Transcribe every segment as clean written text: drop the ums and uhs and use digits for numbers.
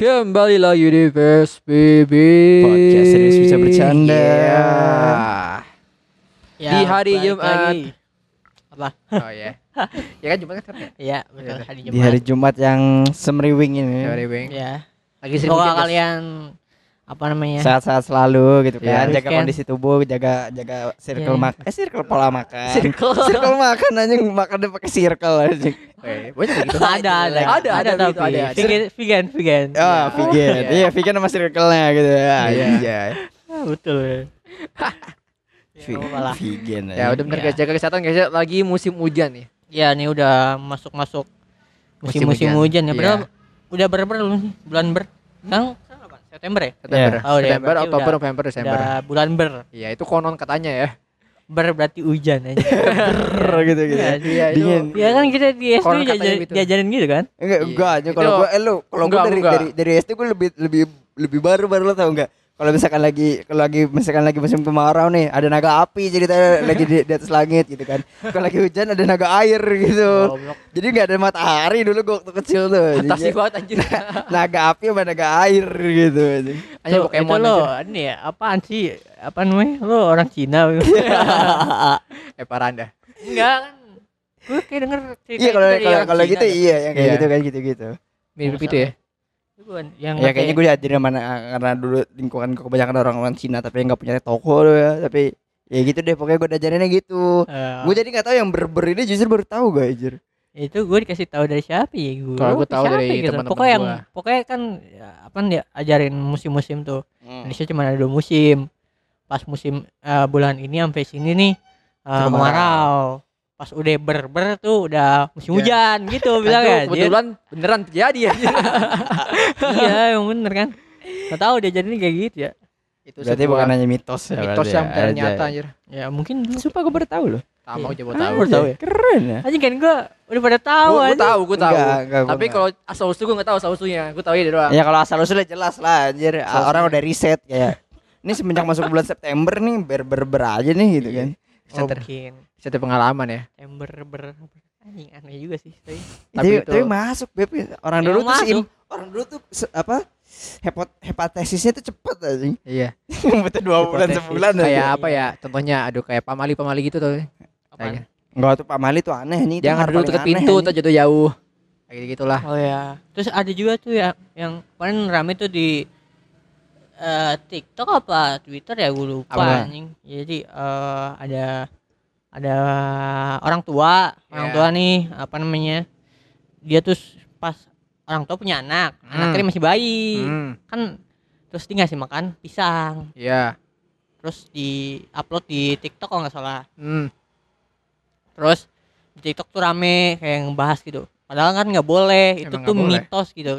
Kembali lagi di PSBB Podcast serius bisa bercanda. Di hari balik Jumat. lagi. Apa? Oh ya. Ya kan Jumat kan sekarang ya? Iya, betul. Iya. Hari Di Jumat. hari Jumat yang semriwing ini. Hari Weng. Ya. Lagi sering Semoga hujan, guys. kalian apa namanya? Sehat-sehat selalu gitu Iya. kan. Jaga Weekend. kondisi tubuh, jaga circle Iya. circle pola makan. Circle. makan anjing, makannya pakai circle anjing. Banyak gitu. Ada begitu, tapi ada. vegan. Ah, vegan. Iya. Iya, vegan sama circle-nya gitu ya. Iya. Iya. Ah, betul. Ya, nggak apa-apa lah. Vegan. Ya udah bener Iya. guys, jaga kesehatan guys. Lagi musim hujan nih. Ya, ini udah masuk Musim musim hujan ya. Iya. Padahal udah belum nih? Bulan Sekarang apa? September ya? September, Oh, udah, September, berarti Oktober, udah- November, Desember. Udah bulan Iya, itu konon katanya ya. berarti hujan aja. gitu gitu. Iya, Iya, itu. Dingin. Ya kan kita di SD Konon katanya gitu. diajarin gitu kan? Enggak aja Itu- kalau gua kalau gua enggak. dari SD gua lebih baru lo tau enggak? Kalau misalkan lagi musim kemarau nih, ada naga api ceritanya lagi di atas langit gitu kan. Kalau lagi hujan ada naga air gitu. Goblok. Jadi enggak ada matahari dulu gua waktu kecil tuh. Fantasi Jadi, banget anjir. naga api sama naga air gitu anjing. Hanya Tuh, Pokemon itu lo aja. ini ya apaan sih, apa namanya, lo orang Cina. Parah Anda. Enggak kan, gue kayak denger cerita Iya itu dari orang kalau Cina gitu dah. iya yang kayak Iya. gitu kan gitu-gitu. Mirip itu ya. Itu kan yang Ya kayaknya gue diajarin sama karena dulu lingkungan gue kebanyakan orang Cina tapi yang nggak punya toko loh ya. Tapi ya gitu deh pokoknya gue diajarinnya gitu. Gue jadi nggak tahu yang ber ini justru baru tahu gue anjir. itu gue dikasih tahu dari siapa ya gue. Kalau gue tahu Siapa dari gitu. teman-teman Pokoknya gua. pokoknya kan ya, apa dia ajarin musim-musim tuh. Indonesia cuma ada 2 musim. Pas musim bulan ini sampai sini nih kemarau. Pas udah ber tuh udah musim Iya. hujan gitu bilang Itu ya. kebetulan beneran terjadi ya. Iya, yang bener kan. Gak tahu dia jadinya kayak gitu ya. Itu Berarti bukan hanya mitos ya. mitos berarti yang ya, ternyata aja. anjir. Ya mungkin dulu. Sumpah gue baru tahu loh. Tamu aja Iya. buat Ah, tahu. baru tahu ya. Keren ya. Anjing kan gue udah pada tahu Gue anjing. tahu, gue tahu. Enggak, Tapi gua kalau asal usul gue nggak tahu asal usulnya. Gue tahu ya doang. Ya kalau asal usulnya jelas lah anjir. Asal Orang usulnya. udah riset kayak ini semenjak masuk bulan September nih ber aja nih gitu Iya. kan. Oh, Seter- mungkin Satu pengalaman ya. ember anjing aneh juga sih tapi. Tapi itu- Tapi masuk Beb. Orang Emang dulu tuh masuk. orang dulu tuh apa hepatesisnya tuh cepet anjing. Iya. Betul 2 bulan Hipotesis. sebulan aja. Kayak apa ya? Contohnya aduh kayak pamali gitu tuh. Apaan? Enggak tuh Pak Mali tuh aneh nih. Jangan dulu deket pintu tuh jatuh jauh. Kayak gitulah. Oh ya. Terus ada juga tuh ya yang kemarin rame tuh di TikTok apa Twitter ya gue lupa Apa? anjing. Jadi ada orang tua Iya. nih apa namanya? Dia tuh pas orang tua punya anak, anaknya masih bayi. Kan terus dia ngasih makan pisang. Iya. Terus di-upload di TikTok kalau nggak salah. Terus di TikTok tuh rame kayak ngebahas gitu. Padahal kan nggak boleh. Itu Emang tuh nggak boleh. mitos gitu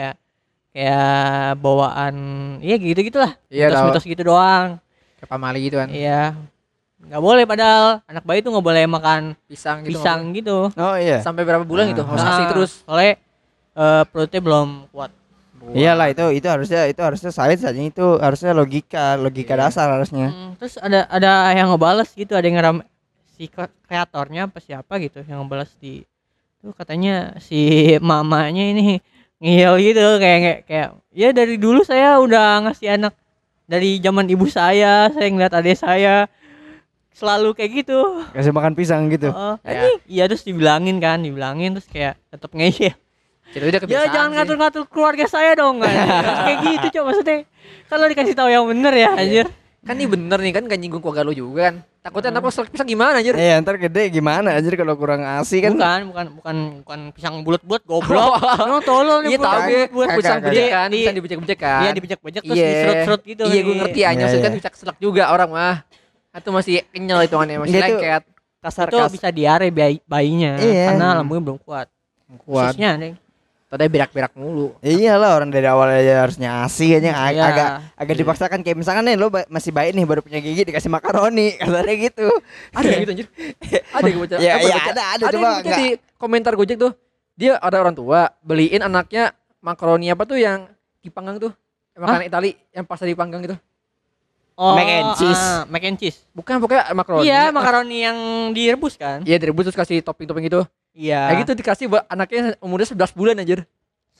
kayak bawaan. Iya gitu gitulah. Iya, tahu. Mitos gitu doang. Kayak pamali gitu kan. Iya. Nggak boleh padahal anak bayi tuh nggak boleh makan Pisang gitu. pisang gitu. Oh iya. Sampai berapa bulan gitu? Harus Nah, asik terus. Soalnya perutnya belum kuat. Iyalah itu harusnya sains aja itu harusnya logika Iya. dasar harusnya. Terus ada yang ngebales gitu, ada yang ngeram si kreatornya apa siapa gitu yang ngebales di tuh katanya si mamanya ini ngeyel gitu kayak ya dari dulu saya udah ngasih anak dari zaman ibu saya ngeliat adik saya selalu kayak gitu. Kasih makan pisang gitu. Oh, Ya. anjing. Iya terus dibilangin terus kayak tetap ngeyel. Jadi udah Ya kebiasaan jangan sih. ngatur-ngatur keluarga saya dong kan. Kayak gitu coba maksudnya. Kan lo dikasih tahu yang bener ya anjir. Kan ini bener nih kan gak nyinggung keluarga lu juga kan. Takutnya anak lu selek pisang gimana anjir? Iya ntar gede gimana anjir kalau kurang asi kan. Bukan pisang bulat-bulat goblok. Lo tolol nih. Iya tahu gue, bulat-bulat. pisang Kagak. bejek kan, Di- pisang dibejek-bejek kan. Iya dibejek-bejek terus Iya. diserut-serut gitu. Iya gue ngerti aja, Iya, maksudnya kan iya. bisa keselak juga orang mah. Atau masih kenyal hitungannya, masih Enggak, itu lengket. Kasar Itu bisa diare bayinya Iya. karena lambungnya belum kuat. Kuat. Khususnya nih. Tadi berak-berak mulu. Iyalah orang dari awal aja harusnya asi aja Iya. agak dipaksakan kayak misalkan nih lo masih bayi nih baru punya gigi dikasih makaroni kasarnya gitu. Ada yang gitu anjir. Ada yang baca. Ya, apa, iya, baca? ada, Ada coba yang baca di komentar Gojek tuh. Dia ada orang tua beliin anaknya makaroni apa tuh yang dipanggang tuh. Makanan Itali yang pas dipanggang gitu. Oh, Mac and cheese. Mac and cheese. Bukan pokoknya makaroni. Iya, makaroni yang direbus kan? Iya direbus terus kasih topping-topping gitu. Iya. Kayak gitu dikasih buat anaknya umurnya 11 bulan anjir.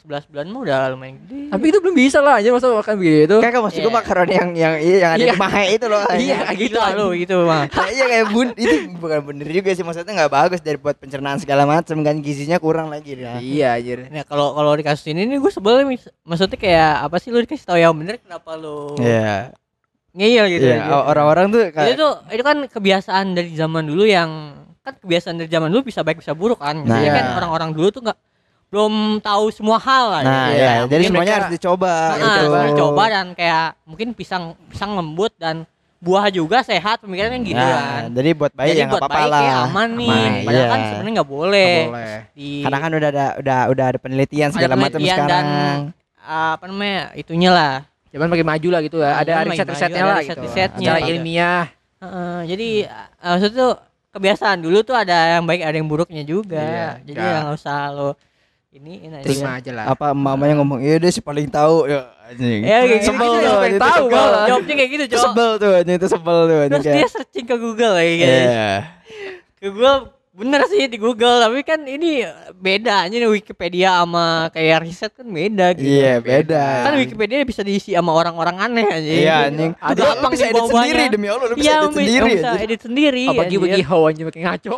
11 bulan mah udah lumayan gede. Tapi itu belum bisa lah aja masa makan begitu. Kayak maksud gue Iya. makaroni yang ada Iya. di Mahe itu loh. Iya, Kayak gitu Gila lu gitu mah. Nah, iya kayak itu bukan bener juga sih, maksudnya nggak bagus dari buat pencernaan segala macam kan, gizinya kurang lagi ya. Iya anjir. Nah, kalau di kasus ini nih gue sebel nih, maksudnya kayak apa sih lu dikasih tahu yang bener kenapa lu Iya. ngeyel gitu Iya, aja. orang-orang tuh Itu kan kebiasaan dari zaman dulu yang kan kebiasaan dari zaman dulu bisa baik bisa buruk kan. Nah, Jadi kan iya. orang-orang dulu tuh belum tahu semua hal lah. nah gitu. ya, jadi Mungkin semuanya mereka- harus dicoba Nah, gitu. dicoba dan kayak mungkin pisang lembut dan buah juga sehat, pemikirannya gitu Nah, kan. jadi buat bayi Jadi ya nggak buat apa-apa bayi lah. kayak aman nih. Aman, Padahal iya. kan sebenarnya nggak boleh. Nggak boleh. Karena kan udah ada penelitian Ada segala macam penelitian sekarang. dan apa namanya itunya lah. Cuman makin maju lah gitu ya. Ada Cuman makin riset-risetnya maju, ada lah gitu. riset-risetnya Secara gitu. ilmiah. Jadi maksudnya tuh kebiasaan dulu tuh ada yang baik ada yang buruknya juga. Iya, Jadi nggak- ya nggak usah lo ini aja. Terima aja lah. Apa mamanya ngomong, "Iya dia sih paling tahu." Ya anjing. Ya kayak gitu. Sebel Gitu, tuh, yang anjing, tahu, itu sebel. malah. Jawabnya kayak gitu, Itu Cok. sebel tuh, anjing, itu sebel tuh anjing, Terus dia kayak. searching ke Google kayak gitu. Iya. Ke Google bener sih di Google, tapi kan ini beda aja nih Wikipedia sama kayak riset kan beda gitu. Iya, beda. Kan Wikipedia bisa diisi sama orang-orang aneh aja. Iya, anjing. Ada Lu gampang bisa edit dibawa-bawanya. sendiri demi Allah, lu bisa Iya, edit sendiri. bisa anjing. edit sendiri. Apalagi anjir. bagi how anjir makin ngaco.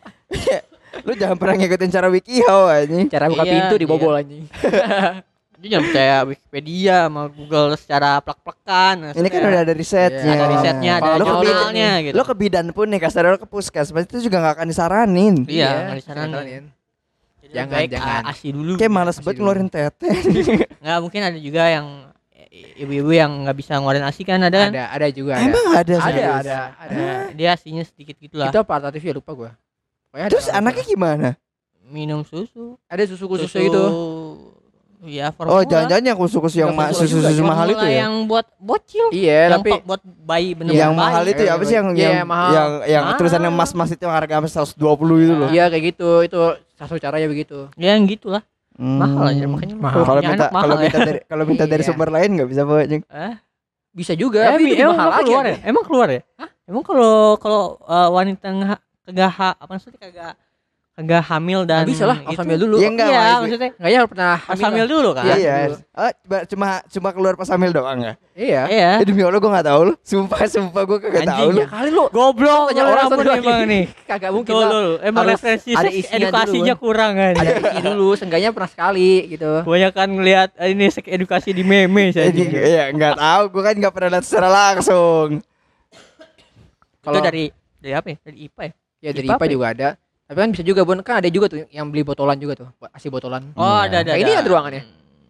Lu jangan pernah ngikutin cara WikiHow anjing. Cara buka Iya, pintu dibobol iya. anjing. Jadi jangan percaya Wikipedia sama Google secara plek-plekan. Ini kan udah ada risetnya. ada risetnya, ada Kalau lu ke bidan- jurnalnya gitu. Lo ke bidan pun nih, kasar lo ke puskesmas itu juga gak akan disaranin. Iya, nggak disaranin. disaranin. Jadi Jangan, baik, jangan. ASI dulu. Kayak malas Masih banget dulu. ngeluarin tete. Nggak, mungkin ada juga yang ibu-ibu yang nggak bisa ngeluarin ASI kan ada kan? Ada juga ada. Emang ada Ada, serius? ada. Dia ASInya sedikit gitu lah. Itu apa alternatif ya lupa gua. Pokoknya ada Terus alternatif. anaknya gimana? Minum susu. ada susu khususnya gitu. Iya, Oh, jangan-jangan yang kusu-kusu yang Bukan susu juga, susu cuma mahal itu ya? Yang buat bocil. Iya, yang tapi buat bayi bener Yang bayi. mahal itu ya apa sih yang Iya, yang mahal. yang Mahal. tulisannya emas-emas itu yang harga sampai 120 itu loh. iya kayak gitu. Itu satu caranya begitu. Ya yang gitulah. Mahal aja Hmm. makanya. Mahal. Kalau punya minta anak mahal kalau ya. minta dari kalau minta dari Iya. sumber lain nggak bisa bawa anjing. Bisa juga, tapi itu emang mahal aja. keluar ya? Emang keluar ya? Emang kalau wanita kagak apa maksudnya kagak hamil dan Nggak bisa lah, harus itu- hamil dulu. Iya, enggak, Iya, Mas. maksudnya Enggak ya pernah harus hamil dulu kan? Iya. Iya. dulu. Oh, cuma keluar pas hamil doang ya? Iya. Iya. Demi Allah gue nggak tahu lu. Sumpah gue kagak Anjing, tahu lu. Ya kali lu Goblok tanya lu orang ampun satu emang lagi. nih. Kagak mungkin Tuh lah. lu, emang Harus referensi ada seks isinya edukasinya dulu, kurang kan. Ada isi dulu, seenggaknya pernah sekali gitu. Kebanyakan ngelihat ini seks edukasi di meme saya. Iya nggak tahu. Gue kan nggak pernah lihat secara langsung. Itu Kalau dari apa ya? Dari IPA ya? ya dari IPA IPA juga ada. Tapi kan bisa juga Bon, kan ada juga tuh yang beli botolan juga tuh, ASI botolan. Oh, Iya. ada. Nah, ini ada ruangannya.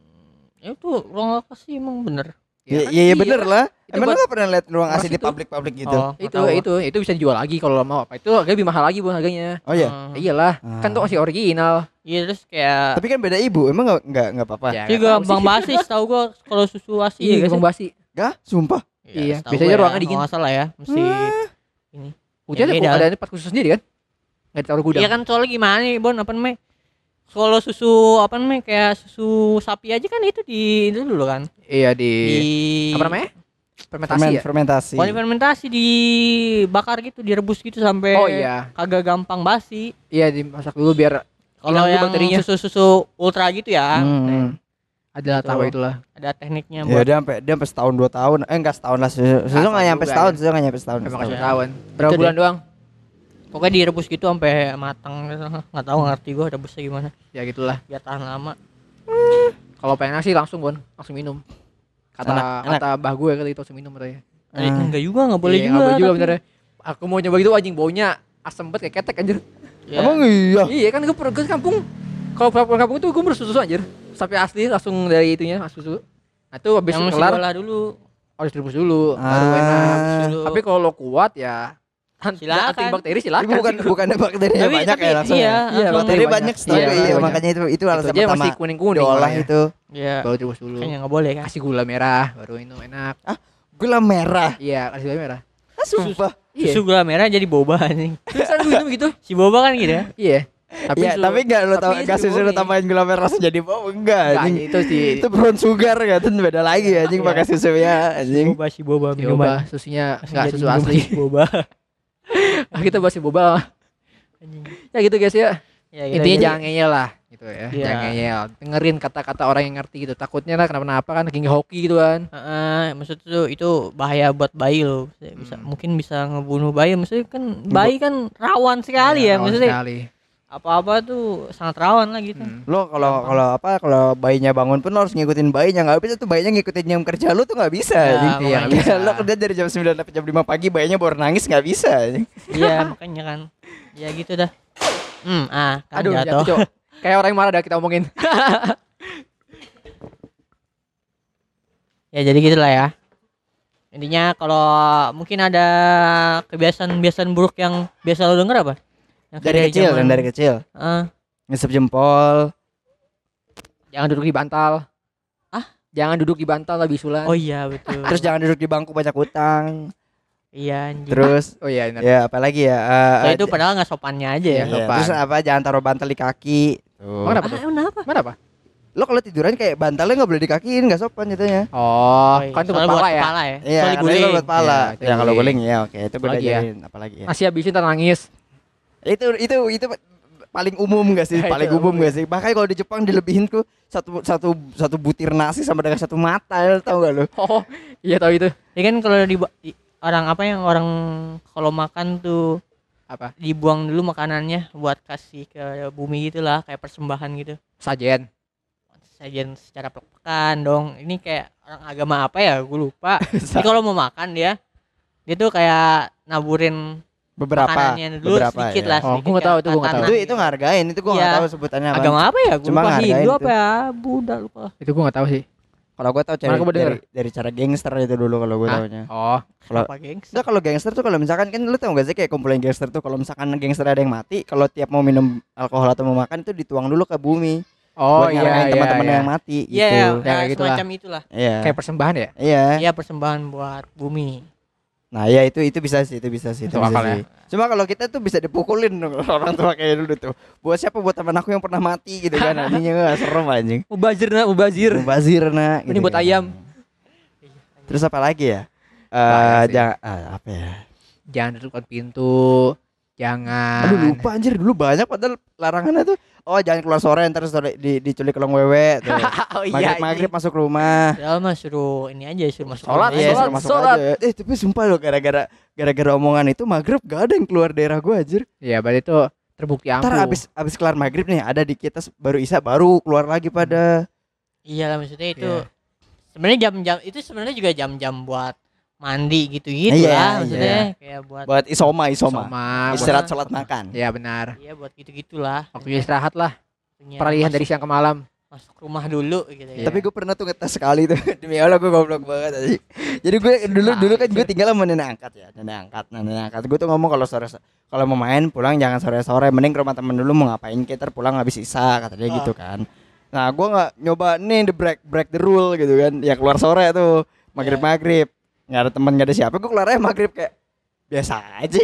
Ya itu ruang kasih emang bener. Iya kan? iya bener lah. Itu Emang lu buat- nggak pernah lihat ruang Mas asli di itu. publik gitu? Oh, nggak Itu tahu. itu bisa dijual lagi kalau lo mau apa. Itu harganya lebih mahal lagi Bon harganya. Oh iya. Iyalah, Ah. kan tuh masih original. Iya terus kayak Tapi kan beda ibu. Emang nggak apa-apa? Ya, juga nggak tahu Bang sih. Basis tahu gua kalau susu ASI Iya, ya Bang Basi. Gak? Sumpah. Iya, setahu biasanya gua ruangan dingin. Kalau nggak salah ya, mesti ini. Udah Ya, beda. ada tempat khusus sendiri kan? Enggak ditaruh gudang. Iya kan soalnya gimana nih Bon apa namanya? Kalau susu apa namanya kayak susu sapi aja kan itu di itu dulu kan. Iya di Di apa namanya? Fermentasi ya? Fermentasi. Kalau fermentasi dibakar gitu, direbus gitu sampai Oh iya. kagak gampang basi. Iya dimasak dulu biar Kalau hilang dulu yang bakterinya. susu-susu ultra gitu ya, Hmm. Adalah Gitu. tahu itulah. ada tekniknya Ya buat dia sampai setahun 2 tahun. Enggak setahun lah. Susu setahun nggak nyampe juga setahun. ya. Susu nggak nyampe setahun. Emang setahun. kasih tahun. Berapa Itu bulan deh. doang? pokoknya direbus gitu sampai matang gitu. Nggak tahu ngerti gua rebusnya gimana. Ya gitulah. Biar tahan lama. Kalau pengen sih langsung Bon, langsung minum. Kata Enak. kata mbah gue kali itu langsung minum katanya. Enggak juga, enggak boleh Iya, juga. nggak boleh juga tapi- bener. Aku mau nyoba gitu anjing baunya asem banget kayak ketek anjir. Ya. Emang iya. Iya kan gue pernah ke kampung. Kalau pulang kampung tuh gue bersusu anjir. Sampai asli langsung dari itunya susu. Nah itu habis yang mesti kelar diolah dulu. harus direbus dulu baru Ah. enak. Dulu. Tapi kalau lo kuat ya Silakan. anti bakteri Tapi silakan. bukannya bakterinya Tapi- banyak tapi ya langsung. iya, ya? langsung. Bakteri banyak. banyak setahu Iya, gue, iya, banyak. makanya itu Itu alasan aja pertama masih kuning-kuning diolah makanya. itu. Iya. Baru direbus dulu. Kayaknya enggak boleh kan. Kasih gula merah baru itu enak. Gula merah. Iya, kasih gula merah. Ah, sumpah. Iya. Susu gula merah jadi boba anjing. Terus gue minum gitu. Si boba kan gitu ya. Iya. Tapi Iya, tapi enggak lo tau tapi enggak susu lo bohongin. tambahin gula merah langsung jadi bau enggak Enggak, anjing. itu sih Itu brown sugar kan itu beda lagi anjing Iya. pakai susu ya anjing. Si boba si minuman. boba susunya Langsung enggak jadi susu minuman asli. si boba. Nah, kita bahas si boba. Anjing. Ya gitu guys ya. Ya, gitu Intinya aja. jangan ngeyel lah. gitu ya. Iya. Jangan ngeyel. Dengerin kata-kata orang yang ngerti gitu. Takutnya lah kenapa-napa kan king hoki gitu kan. Maksud itu bahaya buat bayi loh. Mungkin bisa ngebunuh bayi. Maksudnya kan bayi kan rawan sekali ya. Rawan Maksudnya sekali. apa-apa tuh sangat rawan lah gitu. Lo kalau bayinya bangun pun lo harus ngikutin bayinya, nggak bisa tuh bayinya ngikutin jam kerja lo tuh nggak bisa. Ya, anjing. iya, nggak Iya, bisa. lo kerja dari jam 9 sampai jam 5 pagi bayinya baru nangis nggak bisa. anjing. Iya makanya kan. Ya gitu dah. Kan Aduh, jatuh. Cok. Kayak orang yang marah dah kita omongin. Ya jadi gitulah ya. Intinya kalau mungkin ada kebiasaan buruk yang biasa lo denger apa? Yang Dari kecil dan dari kecil. Ngisep jempol. Jangan duduk di bantal. Jangan duduk di bantal lah bisulan. Oh iya betul. Terus jangan duduk di bangku banyak utang. Iya anjing. Terus Oh iya benar. ya apalagi ya? So, itu padahal nggak sopannya aja ya. Iya. Iya, sopan. terus apa? Jangan taruh bantal di kaki. Tuh. Kenapa tuh? Kenapa? Kenapa? Lo kalau tiduran kayak bantalnya nggak boleh dikakiin, nggak sopan jatuhnya. Oh, iya. kan itu Soalnya kepala buat ya. kepala ya. Iya, Soalnya katanya guling. kalau buat pala. Iya, Ya, itu kalau guling. guling ya oke, itu gue Apalagi ya? ajarin apalagi ya. Masih habisin ntar nangis. Itu paling umum gak sih? Ya, itu Paling umum umum gak sih? Bahkan kalau di Jepang dilebihin tuh satu butir nasi sama dengan satu mata, lo tau gak lo? Oh, iya tahu itu. Ya kan kalau orang apa yang orang kalau makan tuh Apa? dibuang dulu makanannya buat kasih ke bumi gitulah kayak persembahan gitu. Sajen. Sajian secara pelak-pelakan dong. Ini kayak orang agama apa ya? Gue lupa. Jadi kalau mau makan dia tuh kayak naburin Beberapa makanannya dulu sedikit ya. lah. Oh, sedikit gua nggak tahu, ke itu gua nggak tanah Itu gitu. ngargain, itu gue nggak Iya. tahu sebutannya apa. Agama apa ya? Gue Cuma lupa ngargain Hindu itu. apa ya? Buddha lupa. Itu gua nggak tahu sih. Kalau gue tahu Mana gua denger? dari cara gangster itu dulu kalau gue Hah? taunya. Oh, Kalau Apa gengs? Enggak, kalau gangster tuh kalau misalkan kan lu tau gak sih kayak kumpulan gangster tuh kalau misalkan gangster ada yang mati, kalau tiap mau minum alkohol atau mau makan itu dituang dulu ke bumi. oh buat ngargain iya, teman-teman iya. yang mati Iya, gitu. Ya, kayak gitulah. semacam itulah. Iya. Kayak persembahan ya? Iya. Iya, persembahan buat bumi. Nah, ya itu bisa sih, itu bisa sih. Itu akal ya. Cuma kalau kita tuh bisa dipukulin dong orang tua kayak dulu tuh. Buat siapa? Buat teman aku yang pernah mati gitu kan. Anjingnya enggak serem anjing. Mubazir nak, mubazir. Mubazir nak. Ini buat ayam. Terus apa lagi ya? Banyak sih. Jangan apa ya? Jangan duduk depan pintu. Jangan. Aduh lupa anjir, dulu banyak padahal larangannya tuh. Oh, jangan keluar sore ntar diculik kelong wewe tuh. Oh iya. Maghrib masuk rumah. Padahal mah suruh ini aja suruh masuk Sholat, rumah. Iya, sholat, suruh masuk sholat. aja. Tapi sumpah loh gara-gara omongan itu maghrib gak ada yang keluar daerah gua anjir. Iya, berarti itu terbukti ampuh. Ntar abis kelar maghrib nih ada di kita baru isya baru keluar lagi pada. Iya lah maksudnya itu Iya. sebenarnya jam-jam itu sebenarnya juga jam-jam buat mandi gitu-gitu Iya, lah iya. maksudnya kayak buat Buat isoma. Soma. Istirahat sholat makan. Iya benar. iya buat gitu-gitulah. Waktu istirahat lah. Waktunya Peralihan dari masuk- siang ke malam. masuk rumah dulu gitu ya. Iya. Tapi gue pernah tuh ngetes sekali tuh. Demi Allah gue goblok banget aja. Jadi gue dulu kan gue tinggal sama nenek angkat ya. Nenek angkat. Gue tuh ngomong kalau mau main pulang jangan sore-sore, mending ke rumah temen dulu mau ngapain kita pulang habis isa kata dia gitu kan. Nah, gue nggak nyoba nih the break the rule gitu kan. Ya keluar sore tuh maghrib. Nggak ada teman nggak ada siapa. Gue keluarnya maghrib kayak biasa aja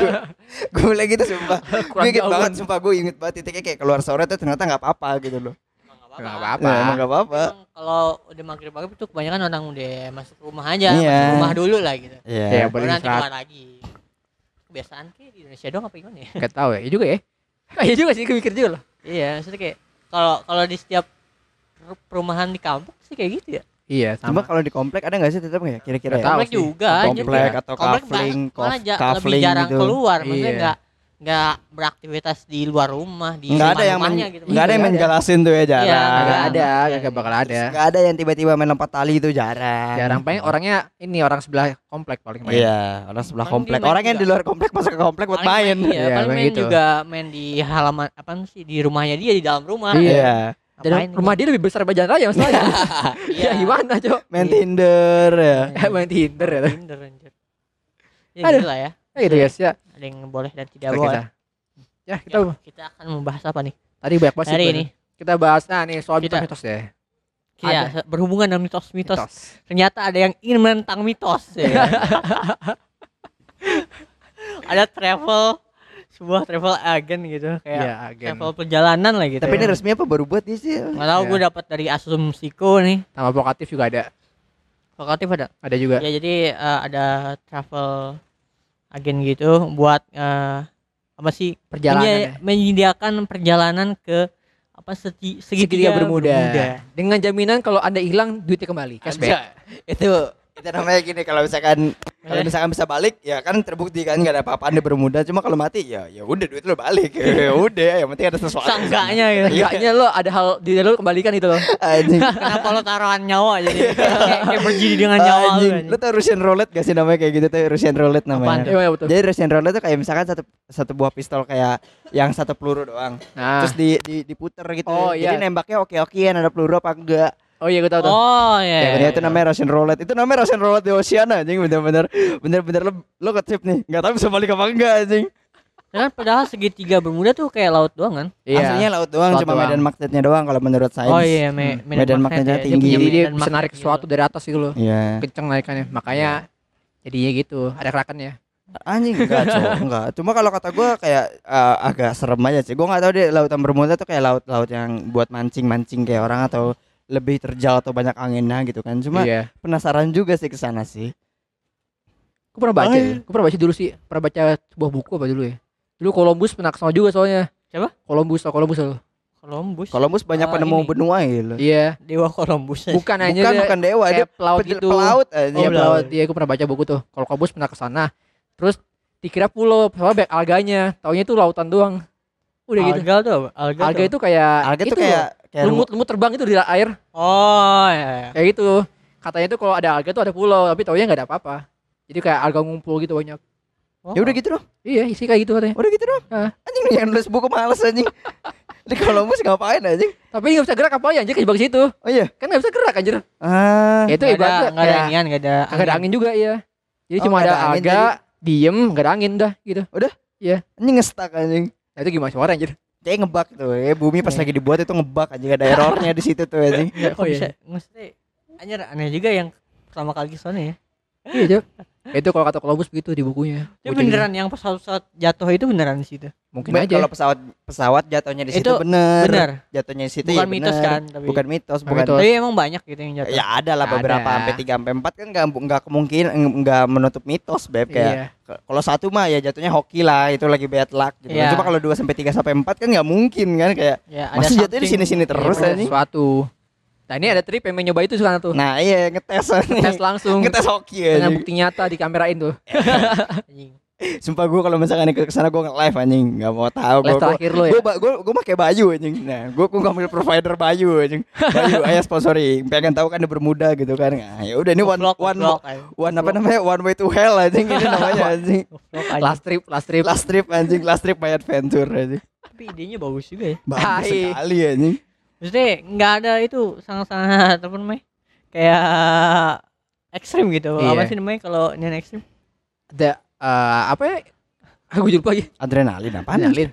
gue mulai gitu sumpah. Kurang Gue inget jauhan. banget sumpah, gue inget banget titiknya kayak keluar sore tuh ternyata nggak apa-apa gitu loh. Emang nggak Nggak apa-apa. apa-apa. Nah, emang nggak apa-apa. Emang kalau udah maghrib tuh kebanyakan orang udah masuk rumah aja, Iya. masuk rumah dulu lah gitu. Iya, Iya. Baru boleh nanti istirahat. keluar lagi. Kebiasaan kayak di Indonesia doang apa gimana ya? Gak tahu ya. Iya juga ya. Iya juga sih, gue mikir juga loh. Iya, maksudnya kayak kalau di setiap perumahan di kampung sih kayak gitu ya. Iya, Cuma sama. kalau di komplek ada nggak sih tetap nggak ya kira-kira Nggak ya? tahu Komplek sih. juga anjir. Komplek atau Komplek kafling, malah lebih kafling jarang gitu. keluar, maksudnya Iya. nggak beraktivitas di luar rumah, di Nggak ada yang rumahnya gitu. nggak ada yang Iya, main ada. galasin tuh ya jarang. Iya, Gak Iya. ada, Iya. gak bakal ada. Nggak ada yang tiba-tiba main lompat tali itu jarang. Jarang paling orangnya ini orang sebelah komplek paling main. Iya, orang sebelah Paling komplek. dia main Orang yang juga. di luar komplek masuk ke komplek buat main. Iya, Iya, paling main main gitu. juga main di halaman apa sih di rumahnya dia di dalam rumah. Iya. Dan Ngapain rumah dia lebih besar daripada jalan raya masalahnya. Iya. Ya gimana, Cok? Main Tinder ya. Main Tinder ya. Tinder anjir. Ya Aduh. gitu lah ya. Ya gitu guys ya. Ada yang boleh dan tidak Oke, boleh. Ya, Ya, kita akan membahas apa nih? tadi banyak bahas Hari ini Kita bahas nih soal Kita- mitos ya. kita berhubungan dengan mitos-mitos. Mitos. Ternyata ada yang ingin menentang mitos ya. Ada sebuah travel agent gitu kayak Iya, agen. travel perjalanan lah gitu. Tapi ini ya. resmi apa baru buat dia sih? Nggak tahu Iya. gue dapat dari asumsiku nih. Sama vokatif juga ada. Vokatif ada. Ada juga. Ya jadi ada travel agen gitu buat apa sih Perjalanan ya. menyediakan perjalanan ke apa Segitiga bermuda. Dengan jaminan kalau Anda hilang duitnya kembali. Cashback. Anjay. Itu namanya gini, kalau misalkan bisa balik ya kan terbukti kan nggak ada apa-apaan di bermuda, cuma kalau mati ya udah duit lo balik. Ya udah, yang penting ada sesuatu. Sangganya ya. Enggaknya lo ada hal di lo kembalikan itu lo. Anjing. Kenapa lo taruhan nyawa jadi kayak berjudi dengan nyawa lo. Anjing. Lo tau Russian roulette gak sih namanya kayak gitu tuh, Russian roulette namanya. Apaan? Iya betul. Jadi Russian roulette tuh kayak misalkan satu buah pistol kayak yang satu peluru doang. Nah. Terus diputer gitu. Oh, iya. Jadi nembaknya oke-okean ada peluru apa enggak. Oh iya gue tahu tuh. Oh Ya, iya. itu namanya Russian roulette. Itu namanya Russian roulette di Oceana anjing, bener-bener lo ke trip nih, enggak tahu bisa balik apa enggak anjing. Kan padahal segitiga bermuda tuh kayak laut doang kan? Iya. Aslinya laut doang, Laut cuma doang. medan magnetnya doang kalau menurut sains. Oh iya, Medan magnetnya ya. tinggi. Jadi dia medan bisa magnet narik gitu. sesuatu dari atas gitu loh. Iya. Kenceng naikannya. Makanya jadinya gitu. Ada krakennya. Anjing enggak, Cok. Enggak. Cuma kalau kata gua kayak agak serem aja sih. Gua enggak tahu deh lautan Bermuda tuh kayak laut-laut yang buat mancing-mancing kayak orang atau lebih terjal atau banyak anginnya gitu kan. Cuma Iya. penasaran juga sih ke sana sih. Gue pernah baca ya. Gue pernah baca dulu sih. Pernah baca sebuah buku apa dulu ya. Dulu Columbus pernah kesana juga soalnya. Siapa? Columbus lo. Columbus Banyak penemu ini. benua gitu. Iya. Dewa Columbus. Bukan aja Bukan dewa, dia kayak pelaut gitu. pelaut aja. Iya pelaut. Iya gue pernah baca buku tuh. Kalau Columbus pernah kesana. Terus dikira pulau. Soalnya banyak alganya. Taunya itu lautan doang. Udah gitu. Alga tuh apa? Alga itu kayak Alga itu tuh kayak lumut terbang itu di air. Oh iya. Kayak gitu. Katanya tuh kalau ada alga tuh ada pulau, tapi taunya nggak ada apa-apa. Jadi kayak alga ngumpul gitu banyak. ya udah gitu dong. Iya, isi kayak gitu katanya. Udah gitu dong. Ah. Anjing yang nulis buku males anjing. Di Columbus ngapain anjing? Tapi nggak bisa gerak apa ya anjir kejebak situ. Oh iya. Kan nggak bisa gerak anjir. Ah. Ya itu Nggak ada ibaratnya nggak ada kayak inian, nggak ada nggak ada angin juga iya. Jadi Oh, cuma nggak ada ada angin, alga, diem, nggak ada angin dah gitu. Anjing ngestak anjing. Nah itu gimana suara anjir? Kayak ngebug tuh. Bumi pas Iya. lagi dibuat itu ngebug anjing, ada errornya di situ tuh anjing. Nggak, kok Oh, iya. bisa mesti anjir aneh juga yang pertama kali ke sana ya. Iya, Cok. Itu kalau kata Columbus begitu di bukunya. Itu Gua jadi- beneran yang pesawat jatuh itu beneran di situ. Mungkin Ba- aja. Kalau pesawat jatuhnya di situ Itu bener. Bener. Jatuhnya di situ Bukan ya mitos bener. kan, tapi Bukan mitos, Bukan bukan. mitos. tapi emang banyak gitu yang jatuh. Ya ada lah beberapa Ada. sampai 3 sampai 4 kan enggak kemungkinan enggak menutup mitos beb kayak. Iya. Kalau satu mah ya jatuhnya hoki lah, itu lagi bad luck gitu. Iya. Cuma kalau 2 sampai 3 sampai 4 kan enggak mungkin kan kayak Ya, masih jatuhnya di something. sini-sini terus Ada anjing. sesuatu. Nah ini ada trip yang mau nyoba itu sekarang tuh. Nah, iya ngetes anjing. Tes langsung Ngetes hoki dengan anjing. bukti nyata dikamerain tuh. Anjing. Sumpah gue kalau misalkan ke sana gue nge-live anjing, enggak mau tahu Les terakhir lo ya. Gue pakai Bayu anjing. Nah, gue ngambil provider Bayu anjing. Bayu ayo sponsori. Pengen tahu kan di Bermuda gitu kan. Nah, ya udah ini one apa namanya? One way to hell anjing ini namanya anjing. Last trip anjing, last trip my adventure anjing. Tapi idenya bagus juga ya. Bagus Hai. sekali anjing. Maksudnya nggak ada itu sangat-sangat apa namanya? Kayak ekstrim gitu. Iya. Apa sih namanya kalau ini ekstrim? Ada apa ya? Aku lupa lagi. Adrenalin apaan? Adrenalin.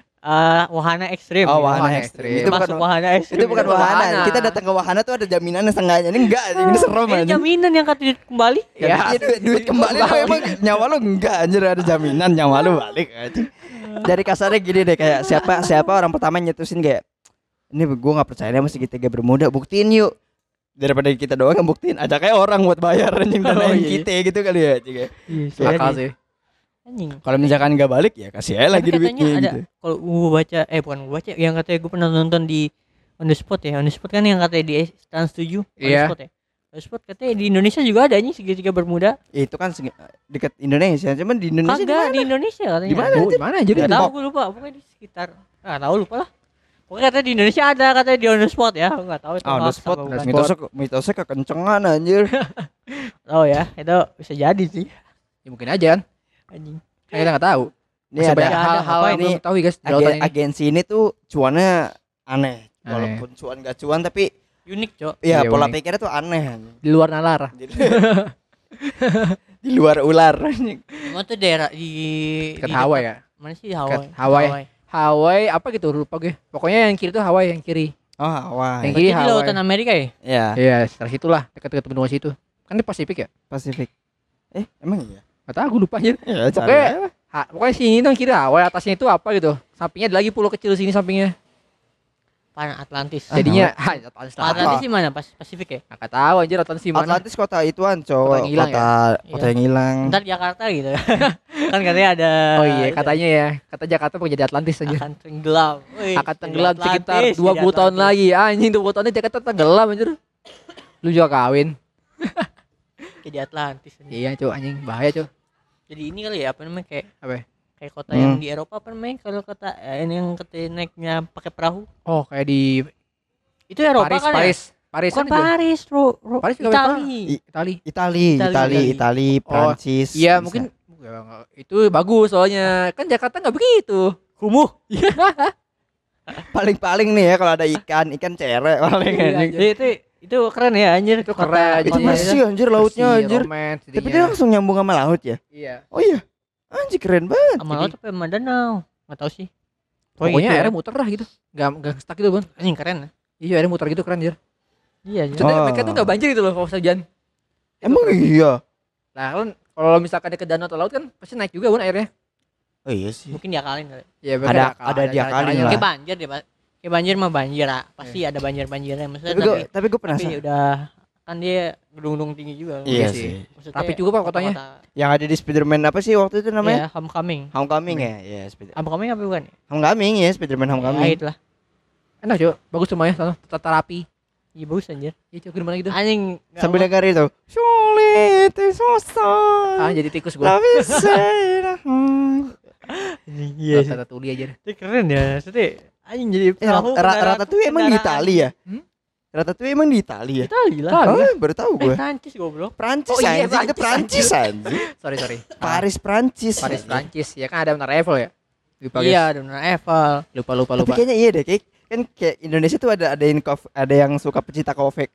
Wahana ekstrim. Oh, gitu. wahana Wahana ekstrim. ekstrim. Itu bukan Masuk wahana ekstrim. itu bukan Itu wahana. wahana. Kita datang ke wahana tuh ada jaminannya setengahnya. Ini enggak anjing, ini serem Ini anjing. jaminan yang kata kembali. Ya, Iya, duit kembali lu emang nyawa lu enggak anjir, ada jaminan nyawa lu balik anjing. Dari kasarnya gini deh, kayak siapa orang pertama nyetusin kayak ini gua enggak percaya sama segitiga Bermuda, buktiin yuk. Daripada kita doang yang buktiin, ajak kayak orang buat bayar anjing dan Oh, iya. kita gitu kali ya anjing. Iya, Akal sih. Anjing. Kalau misalkan enggak balik ya kasih aja lagi Tapi katanya duitnya ada gitu. kalau gua baca bukan gua baca yang katanya gua pernah nonton di On The Spot ya. On The Spot kan yang katanya di Trans 7 On The Iya. Spot ya. On The Spot katanya di Indonesia juga ada anjing segitiga Bermuda. Itu kan dekat Indonesia, cuman di Indonesia di Kagak mana? di Indonesia katanya. Di mana? Oh, di mana anjir? Enggak Di tahu Bok- gua lupa. Pokoknya di sekitar tahu lupa lah. Pokoknya katanya di Indonesia ada katanya di On The Spot ya. Enggak tahu itu Ah, on the hoax spot. apa bukan. Mitosnya kekencengan anjir. Oh ya, itu bisa jadi sih. Ya, mungkin aja kan. Anjing. Kan kita nggak tahu. Ini Masih ada banyak ada hal-hal apa yang ini? belum tahu guys di lautan ini. Agensi ini tuh cuannya aneh. Aneh. Walaupun cuan gak cuan tapi Unik, Cok. ya Iya, pola unik. pikirnya tuh aneh. Di luar nalar. Di luar ular. Emang tuh daerah di Dekat di Hawaii dekat- ya. Mana sih di Hawaii? Hawaii. Hawaii apa gitu lupa gue. Pokoknya yang kiri tuh Hawaii yang kiri. Oh, Hawaii. Yang Berarti kiri di Hawaii. lautan Amerika ya? Ya, Iya, sekitar situlah, dekat-dekat benua situ. Kan di Pasifik ya? Pasifik. Emang iya? Gak tahu, gue lupa anjir. Ya, cari Pokoknya, aja. pokoknya sini tuh yang kiri Hawaii, atasnya itu apa gitu. Sampingnya ada lagi pulau kecil sini sampingnya. Apaan Atlantis? Jadinya Atlantis di mana? Pasifik ya? Enggak tahu anjir Atlantis di mana. Atlantis kota ituan cowok, Kota yang hilang kota kota yang hilang. Ntar Jakarta gitu. Kan katanya ada Oh iya, katanya ya. Kata Jakarta mau jadi Atlantis aja. akan tenggelam. Wih, Akan jadi tenggelam sekitar Atlantis, 20 jadi tahun Atlantis. lagi. Anjing 20 tahun lagi Jakarta tenggelam anjir. Lu juga kawin. Jadi Atlantis. Iya, Cuk, anjing bahaya, Cuk. Jadi ini kali ya apa namanya Apa? kayak kota yang di Eropa apa namanya kalau kota ini yang kata naiknya pakai perahu. Oh, kayak di Itu Eropa Paris, kan Paris. Paris ya? Bukan kan itu. Paris, Paris juga Itali. Itali. Itali, Prancis. Iya, bisa. mungkin itu bagus soalnya. Kan Jakarta enggak begitu. Kumuh. paling-paling nih ya kalau ada ikan cerek paling Iya, anjing. Jadi itu keren ya anjir. Itu kota- keren, Itu Iya, bersih anjir lautnya Bersih, anjir. romance Tapi jadinya. dia langsung nyambung sama laut ya? Iya. Oh iya. Anjir keren banget. sama laut apa sama danau? Enggak tahu sih. Pokoknya gitu ya. airnya muter lah gitu. Enggak stuck gitu, Bang. Anjing keren. Iya, airnya muter gitu keren, anjir. Iya, anjir. Maksudnya Oh. mereka tuh enggak banjir gitu loh kalau hujan. Emang iya. Nah, kan kalau misalkan dia ke danau atau laut kan pasti naik juga Bang airnya. Oh iya sih. Mungkin diakalin kali. Iya, Ada diakalin caranya lah. Kayak banjir deh, Pak. Kayak banjir mah banjir, ah. Pasti ada banjir-banjirnya. Maksudnya Tapi gue tapi penasaran. udah kan dia gedung-gedung tinggi juga. Iya Iya sih. sih. Maksudnya Rapi juga, Pak, kotanya. Yang ada di Spiderman apa sih waktu itu namanya? Iya, Homecoming. Homecoming ya? Iya, Homecoming apa bukan? Homecoming ya, Spiderman Ya, Homecoming. itulah. Enak, Cuk. Bagus semuanya sana. Tata rapi. Iya bagus anjir. Iya, Cuk, gimana gitu? Anjing Sambil dengar itu. Sulit, susah. Jadi tikus gua. Tapi saya. Iya sih. Tata tuli aja. Itu keren ya. Maksudnya anjing jadi perahu. Ratatouille emang di kendaraan. Itali ya? Hmm? Ratatouille emang di Itali ya? Itali lah. Itali. Oh, baru tahu gue. Prancis goblok. Prancis Oh iya, anjing, itu Prancis anjing. Sorry. Paris Prancis. Paris anjing. Prancis. Ya kan ada Menara Eiffel ya. Lupa, guys. Iya, ada Menara Eiffel. Lupa. Tapi kayaknya iya deh, kayak Indonesia tuh ada yang suka pecinta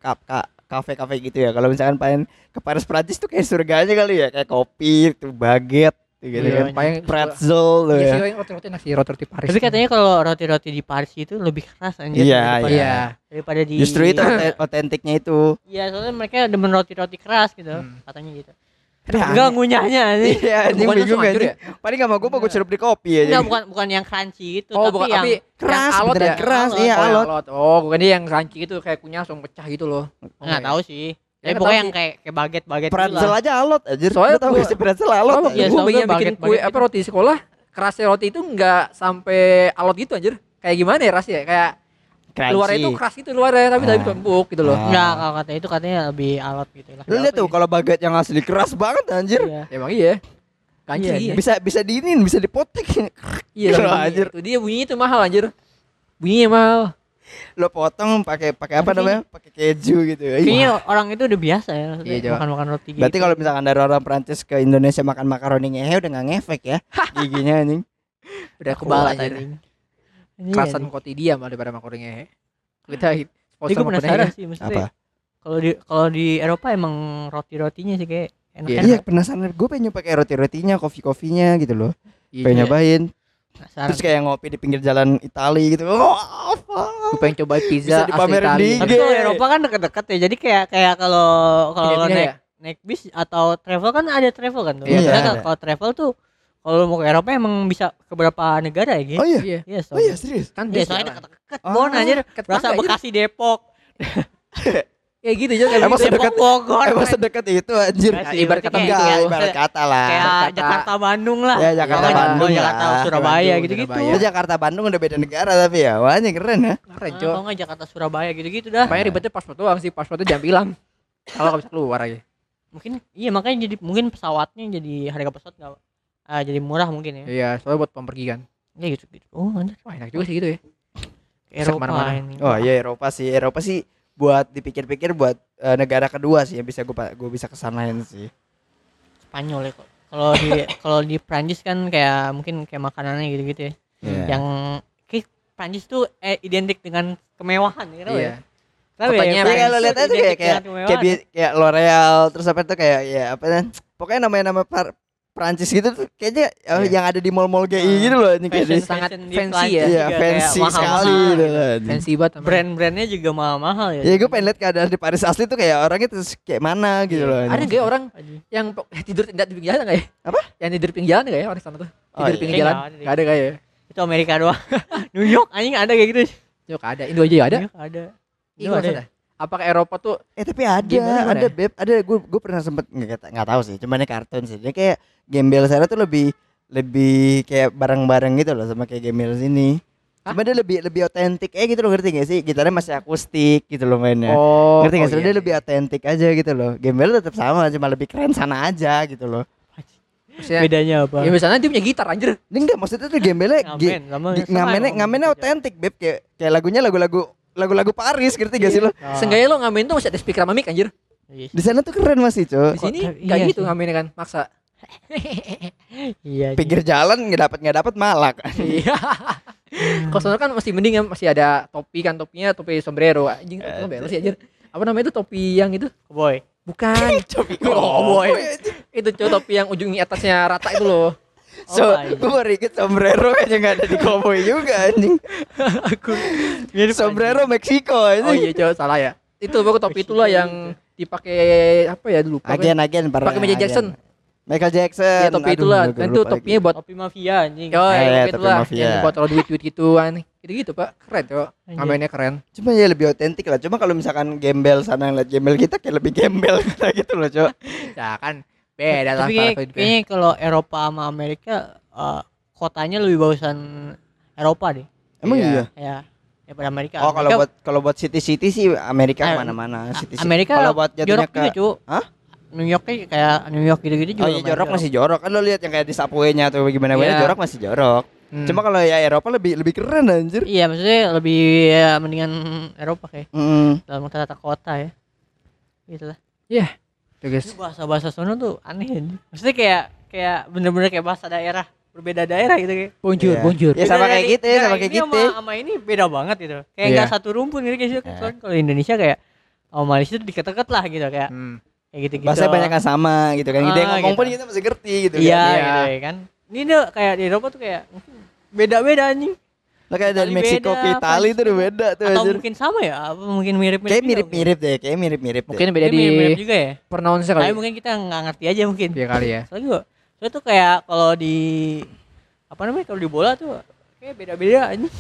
kafe gitu ya. Kalau misalkan pengen ke Paris Prancis tuh kayak surganya kali ya, kayak kopi, tuh baget, gitu Iya, kan. paling Pretzel tuh Iya ya. sih, roti-roti enak sih, roti-roti Paris. Tapi katanya kalau roti-roti di Paris itu lebih keras anjir Iya, daripada, iya. daripada di Justru itu otentiknya itu. Iya, soalnya mereka demen roti-roti keras gitu. Katanya gitu. Tapi Enggak aneh. ngunyahnya anjing. Iya, anjing Bukannya bingung langsung hancur anjing. Paling enggak mau gue celup di kopi aja. Enggak, bukan yang crunchy gitu, Oh, tapi bukan, yang tapi keras, yang alot beneran ya. keras, Alot. iya Oh, yang alot. alot. Oh, bukan dia yang crunchy gitu kayak kunyah langsung pecah gitu loh. enggak tahu sih. Ya, Tapi nggak pokoknya tahu yang kayak baget-baget Pretzel aja alot anjir. Soalnya Lu tahu gua- gak sih pretzel alot? Oh, Iya, gue soalnya bikin kue baget-baget apa gitu. roti di sekolah, kerasnya roti itu enggak sampai alot gitu anjir. Kayak gimana ya rasanya? Kayak Crunchy. luarnya itu keras gitu luarnya tapi dari Ah. empuk gitu loh. Ah. Enggak, kalau kata itu katanya lebih alot gitu lah. Lu lihat tuh kalau baget yang asli keras banget anjir. Iya. Emang iya. Kancing Iya, iya. Bisa diinin, bisa dipotek. Iya, Kalau tapi anjir. itu dia bunyinya itu mahal anjir. Bunyinya mahal. Lo potong pakai apa namanya? Pakai keju gitu. Ih, Kayaknya orang itu udah biasa ya maksudnya Iya, Jawa. makan roti gitu. berarti kalau misalkan dari orang Prancis ke Indonesia makan makaroni ngehe udah nggak ngefek ya giginya anjing. Udah Kuat, kebal anjir. anjing. Iya, Kerasan anjing. koti dia malah daripada makornya. Kita Tapi sponsor gue penasaran makornya. sih Apa? maksudnya. Kalau di Eropa emang roti-rotinya sih kayak enak Iya. Iya penasaran, gue pengen nyoba kayak roti-rotinya, kopi-kofinya gitu loh. Iya, Pengen iya. nyobain. Penasaran. Terus kayak ngopi di pinggir jalan Itali gitu. Oh, Gue pengen coba Bisa pizza asli dipamerin Itali. di Tapi kalau Eropa kan deket-deket ya. Jadi kayak kalau lo Pindah-pindah naik ya? naik bis atau travel kan ada travel kan tuh. Iya, Maksudnya ada. kalau travel tuh kalau mau ke Eropa emang bisa ke beberapa negara ya, gitu. Oh iya. Iya. Iya, Oh iya serius. Kan Iya, bis soalnya jalan. deket-deket. Oh, Bon anjir. deket Berasa tangga, anjir. Bekasi Depok. Ya gitu juga kayak Emang gitu. sedekat- Bogor. Emang sedekat itu anjir. Nggak Nah, sih, ibarat berarti kata kayak- Enggak, gitu. ibarat kata lah. Kayak Kata- Jakarta Bandung lah. Ya, Jakarta Oh, Bandung oh, lah. Jakarta Surabaya Bandung, gitu-gitu. Surabaya. Itu Jakarta Bandung udah beda negara tapi ya. Wah, ini keren ya. Keren, Nah, Cok. kalau nggak Jakarta Surabaya gitu-gitu dah. Banyak ribetnya paspor doang sih, paspornya jangan bilang. Kalau nggak bisa keluar aja. Mungkin iya makanya jadi mungkin pesawatnya jadi harga pesawat nggak jadi murah mungkin ya. Iya, soalnya buat pempergian. Ya gitu gitu. Oh, anjir. Wah, enak juga sih gitu ya. Bisa Eropa kemana-mana. ini. Oh iya Eropa sih buat dipikir-pikir buat negara kedua sih yang bisa gue bisa kesanain sih. Spanyol ya kok. Kalau di Prancis kan kayak mungkin kayak makanannya gitu-gitu ya. Iya. Yang kayak Prancis tuh identik dengan kemewahan ya, tau ya? Iya. Tahu Kotanya ya, Ya kalau Prancis lihat tuh aja identik kayak dengan kemewahan. kayak L'Oreal terus apa tuh kayak ya apa kan pokoknya nama Prancis gitu tuh kayaknya Iya. yang ada di mall-mall GI gitu loh ini kayak Fashion- sangat fashion di fancy Prancis ya. iya juga kayak fancy mahal-mahal sekali gitu. gitu kan. Fancy banget. namanya. Brand-brandnya juga mahal-mahal ya. Ya gue pengen lihat keadaan di Paris asli tuh kayak orangnya tuh kayak mana gitu loh. Ada nggak ya orang Aduh. yang tidur tidak di pinggir jalan nggak ya? Apa? Yang tidur di pinggir jalan nggak ya orang sana tuh? Oh, Tidur di iya. pinggir Kayaknya jalan? nggak ada deh. Nggak ada kayak. Itu Amerika doang. New York anjing ada kayak gitu. Juga ada. Indo aja ya ada. Iya, ada. Indo ada. Apakah Eropa tuh Tapi Gimana ada ya? beb, ada gue pernah sempet nggak tahu sih, cuman ini kartun sih. Dia kayak gembel sana tuh lebih kayak bareng-bareng gitu loh sama kayak gembel sini. Cuma dia lebih otentik gitu loh, ngerti gak sih? Gitarnya masih akustik gitu loh mainnya. oh Ngerti gak sih? iya, Dia iya. lebih otentik aja gitu loh. Gembel tetap sama, cuma lebih keren sana aja gitu loh. Maksudnya, Bedanya apa? ya misalnya dia punya gitar anjir. Ini enggak, maksudnya tuh gembelnya Ngamen, sama ngamennya otentik beb, kayak lagunya lagu-lagu Paris, ngerti gak sih lo? Seenggaknya lo ngamen tuh masih ada speaker sama mic anjir. Di sana tuh keren masih, Di Cok. sini Kok- enggak iya gitu sih. ngamennya kan, maksa. Iya. Pinggir jalan nggak dapat malak. Iya. Kalau sono kan masih mending ya, masih ada topi kan, topinya topi sombrero. Anjing, topi belo sih anjir. Apa namanya itu topi yang itu? Boy. Bukan. Oh, boy. Itu cowok topi yang ujungnya atasnya rata itu loh. So, iya. gue baru inget sombrero aja nggak ada di cowboy juga anjing. Aku. Sombrero Meksiko Oh anjing. iya cowok salah ya. Itu pokoknya topi itulah yang dipakai apa ya dulu pakai Agen pakai Michael Jackson. Michael Jackson. Ya topi Aduh, itulah. gue Dan itu lupa topinya buat Topi mafia anjing. oh iya, ya, topi itulah mafia. yang buat taruh duit-duit gituan. Gitu-gitu, Pak. Keren, Cok. Anjir. Ngamennya keren. Cuma ya lebih otentik lah. Cuma kalau misalkan gembel sana ngeliat gembel kita kayak lebih gembel kita gitu loh, Cok. Ya kan beda lah Tapi kalau kayaknya kalau Eropa sama Amerika kotanya lebih bagusan Eropa deh. Emang Iya. iya. Ya. Daripada Amerika. Oh, Amerika, kalau buat city-city sih Amerika Eh, kemana-mana. City-city. Amerika kalau buat jatuhnya jorok juga, ke Cuk. Hah? New York kayak New York gitu-gitu juga. Oh iya lumayan jorok masih jorok. Kan lo lihat yang kayak di subway-nya atau gimana Iya. jorok masih jorok. Hmm. Cuma kalau ya Eropa lebih keren anjir. Iya, maksudnya lebih ya, mendingan Eropa kayak dalam tata kota ya. Gitu lah. Tuh, guys. Itu bahasa-bahasa sono tuh aneh anjing. Maksudnya kayak bener-bener kayak bahasa daerah, berbeda daerah gitu kayak. Bonjour, Iya. bonjour. Ya sama Beda kayak dari- gitu ya, nah, sama kayak ini gitu. Sama ini beda banget gitu. Kayak Iya. enggak satu rumpun gitu guys. Iya. Kalau Indonesia kayak sama Malaysia tuh deket-deket lah gitu kayak. Hmm. Kayak gitu-gitu. Bahasanya banyak yang sama gitu kan. Kita yang Ah, ngomong gitu. pun kita masih ngerti gitu Iya kan. Iya. gitu ya kan. Ini tuh kayak di Eropa tuh kayak mungkin beda-beda anjing. Lah kayak dari Itali Meksiko beda, ke Itali Prancis tuh udah beda tuh Atau anjir. mungkin sama ya? Apa mungkin mirip-mirip? Kayak juga mirip-mirip deh, kayak mirip-mirip deh. Mungkin mungkin? beda Kayak di mirip-mirip juga ya. pronounce Tapi kali. mungkin kita nggak ngerti aja mungkin. Iya kali ya. Soalnya tuh kayak kalau di apa namanya kalau di bola tuh kayak beda-beda anjing.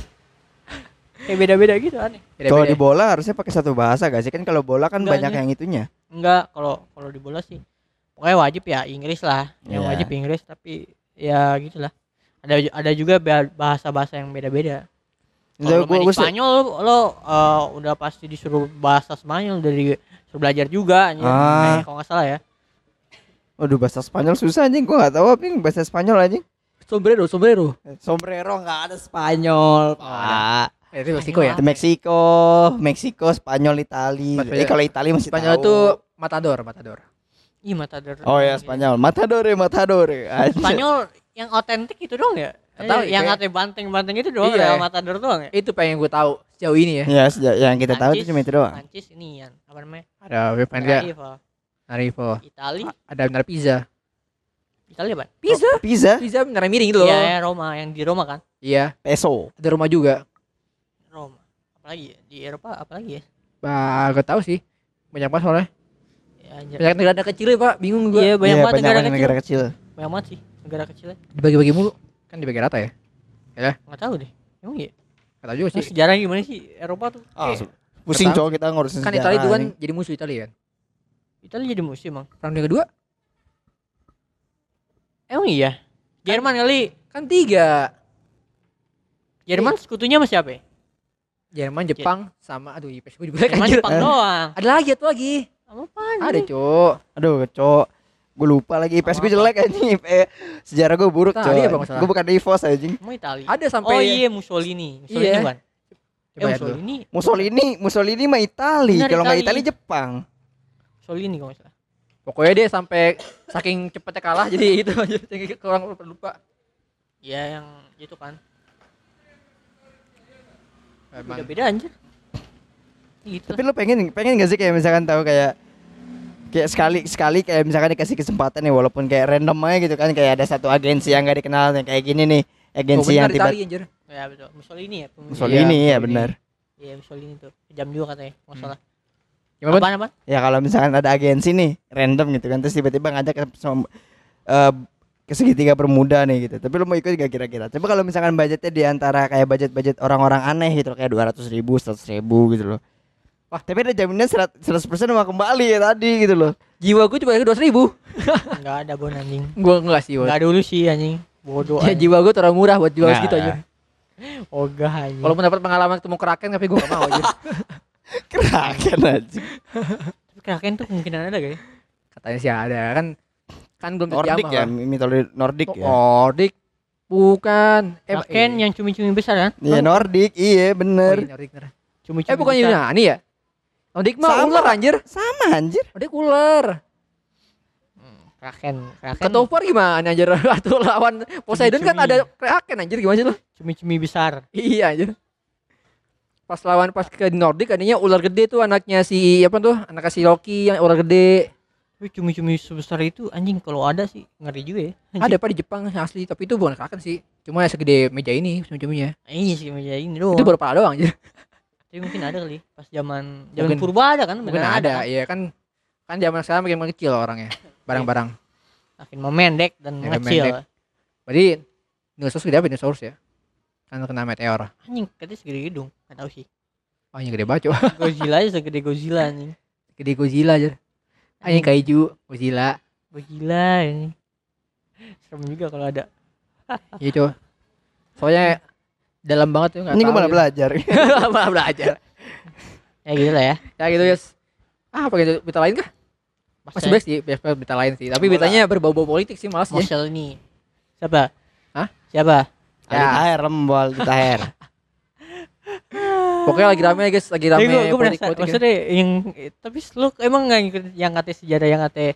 Kayak beda-beda gitu aneh. Kalau Beda-beda. di bola harusnya pakai satu bahasa gak sih? Kan kalau bola kan Enggak, banyak anjir. yang itunya. Enggak, kalau di bola sih pokoknya wajib ya Inggris lah. Yang Iya. wajib Inggris tapi ya gitulah. Ada juga bahasa-bahasa yang beda-beda. Kalau main Gue Spanyol lo udah pasti disuruh bahasa Spanyol dari suruh belajar juga anjir. Ah. Kalau nggak salah ya. Waduh bahasa Spanyol susah anjing. Gue gak tahu apa yang bahasa Spanyol anjing. Sombrero, sombrero. Sombrero gak ada Spanyol. Pak. Itu Meksiko ya. Itu Meksiko, Spanyol, Itali. Spanyol. Kalau Itali masih Spanyol tahu. itu matador, matador. Ih Matador. Oh ya Spanyol, Matadore. Anjir. Spanyol yang otentik itu dong ya? Nggak tahu, yang kayak- katanya banteng-banteng itu doang Iya. Real Matador doang ya? Itu pengen gue tahu sejauh ini ya. Ya yang kita tahu itu cuma itu doang. Prancis ini yang apa namanya? Ada Webandria, Rival. Narivo, Itali. ada benar pizza. Italia apa? Pizza, Pizza, pizza benar miring itu loh. Iya, ya, Roma yang di Roma kan? Iya, peso. ada rumah juga. Roma. Apalagi ya? Di Eropa apalagi ya? Bah, gak tahu sih. Banyak banget soalnya. Ya, anjir. Banyak negara kecil ya, Pak. Bingung gue. Iya, banyak Iya, banget negara kecil. negara kecil. Banyak banget sih negara kecilnya. Dibagi-bagi mulu. Kan dibagi rata ya. Nggak tahu deh. Emang iya? Gak tahu juga Terus sih. sejarah gimana sih Eropa tuh? Ah, Kayak pusing Ketang. cowok kita ngurusin Kan sejarah Italia itu kan anjing. jadi musuh Italia kan. Italia jadi musuh emang. Perang dunia kedua Emang iya? Jerman kali. kan 3. Jerman sekutunya sama siapa ya? Jerman, Jepang, sama aduh IPS gue juga Jerman anjir. Jepang doang. Ada lagi satu lagi. Sama apaan? Ada, ini? Cok. Aduh, cowok. Gue lupa lagi IPS gue jelek anjing. Sejarah gue buruk, Italia apa cowok. nggak salah? Gue bukan Divos anjing. Emang Italia. Ada sampai Oh iya Mussolini. Mussolini Iya. bukan? Coba lihat dulu. Mussolini Mussolini mah Itali. Benar, Kalau nggak Itali. Itali Jepang. Mussolini kalau nggak salah. Pokoknya dia sampai saking cepetnya kalah jadi itu aja yang orang lupa. Iya yang itu kan. Emang. Beda-beda anjir. Gitu. Tapi lu pengen gak sih kayak misalkan tahu kayak sekali kayak misalkan dikasih kesempatan nih walaupun kayak random aja gitu kan kayak ada satu agensi yang gak dikenal yang kayak gini nih Oh, agensi yang benar tiba Italia anjir. Ya betul. Mussolini ya. pemimpin. Mussolini Iya, ya Mussolini. benar. Iya Mussolini tuh. Kejam juga katanya. Nggak salah. Gimana? Bang? Apaan? Ya kalau misalkan ada agensi nih random gitu kan terus tiba-tiba ngajak ke segitiga bermuda nih gitu. Tapi lu mau ikut gak kira-kira? Coba kalau misalkan budgetnya di antara kayak budget orang-orang aneh gitu kayak 200.000, 100.000 gitu loh. Wah, tapi ada jaminan 100% mau kembali ya tadi gitu loh. Jiwa gue cuma 200.000. Enggak ada bon anjing. Gue enggak sih. Enggak dulu sih anjing. Bodoh. Ya, jiwa gue terlalu murah buat jual Nggak. segitu aja. Ogah anjing. Kalau mendapat pengalaman ketemu Kraken tapi gue gak mau aja. Kerakan aja. Tapi Kraken tuh kemungkinan ada gak ya? Katanya sih ada kan belum Nordik terjamah ya, kan. mitologi Nordik ya. Nordik bukan. Kraken yang cumi-cumi besar kan? Iya Nordik, iya bener. Nordik bener. Cumi-cumi Bukan besar. Yunani ya? Nordik mah Sama. ular anjir. Sama anjir. Nordik ular. Kraken. Ketopar gimana anjir? Atau lawan Poseidon kan Cumi-cumi. ada Kraken anjir, gimana sih lu? Cumi-cumi besar. Iya anjir. Pas ke Nordik adanya ular gede tuh anaknya si apa tuh? Anaknya si Loki yang ular gede. Tapi cumi-cumi sebesar itu anjing kalau ada sih ngeri juga ya. Ada apa di Jepang asli, tapi itu bukan Kraken sih. Cuma ya segede meja ini cumi-cuminya. Iya sih meja ini doang. Itu baru pala doang anjir. Tapi mungkin ada kali pas zaman Mungkin- purba ada kan? Mungkin Beneran ada, kan? iya kan zaman sekarang makin kecil orangnya. Barang-barang. Makin memendek dan Ya, mengecil. memendek. Berarti dinosaurus gede apa dinosaurus ya? Kan kena meteor. Anjing katanya segede hidung. Enggak tahu sih. Oh, yang gede banget coba. Godzilla aja segede Godzilla anjing. Gede Godzilla aja. Anjing kaiju, Godzilla. Godzilla ini. Serem juga kalau ada. Iya coba. Soalnya dalam banget tuh enggak Ini tahu. gue malah ya. belajar. Malah belajar. Ya gitu lah ya. Ya gitu guys. Apa gitu berita lain kah? Masih baik sih, biasa berita lain sih. Tapi Bola. beritanya berbau-bau politik sih malas ya. Mosel ini. Siapa? Hah? Siapa? Ali Taher lembol di Taher. Pokoknya lagi rame guys, lagi rame Tapi gue politik. penasaran, maksudnya yang tapi lu emang nggak ngikut yang katanya sejarah yang katanya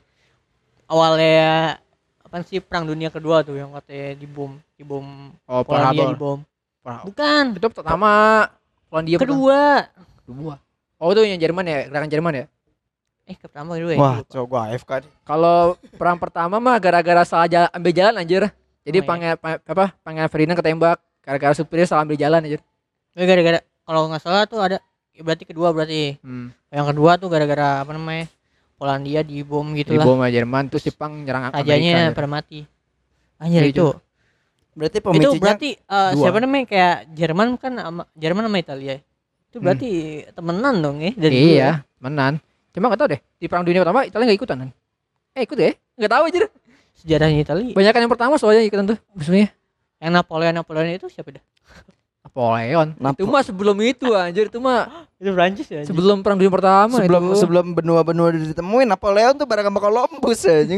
awalnya apa sih perang dunia kedua tuh yang katanya dibom Oh, Polandia Pearl Harbor. dibom. Pearl- Bukan. Itu pertama Polandia Kedua. Kedua. Oh, itu yang Jerman ya, gerakan Jerman ya. Pertama kedua ya. Wah, Lupa. coba gua AFK nih. Kalau perang pertama mah gara-gara salah ambil jalan anjir. Jadi Oh, iya. Pangeran Ferdinand ketembak gara-gara supirnya salah ambil jalan anjir. Gara-gara kalau nggak salah tuh ada berarti kedua berarti. Yang kedua tuh gara-gara apa namanya? Polandia dibom Di gitulah. bom sama Jerman terus Jepang nyerang Amerika. Rajanya anjir. pada mati. Anjir Iya, itu. Berarti Itu pemicunya berarti dua. siapa namanya kayak Jerman kan Jerman sama Italia. Itu berarti temenan dong ya dari dulu ya. Iya, menan. Cuma gak tau deh, di perang dunia pertama Italia gak ikutan kan? Ikut deh, gak tahu anjir. Sejarahnya Italia. Banyakan yang pertama soalnya ikutan tuh musuhnya. Yang Napoleon itu siapa dah? Napoleon. Napo- Itu mah sebelum itu anjir, itu mah Itu Prancis ya. sebelum perang dunia pertama itu. sebelum benua-benua ditemuin Napoleon tuh bareng sama Columbus aja.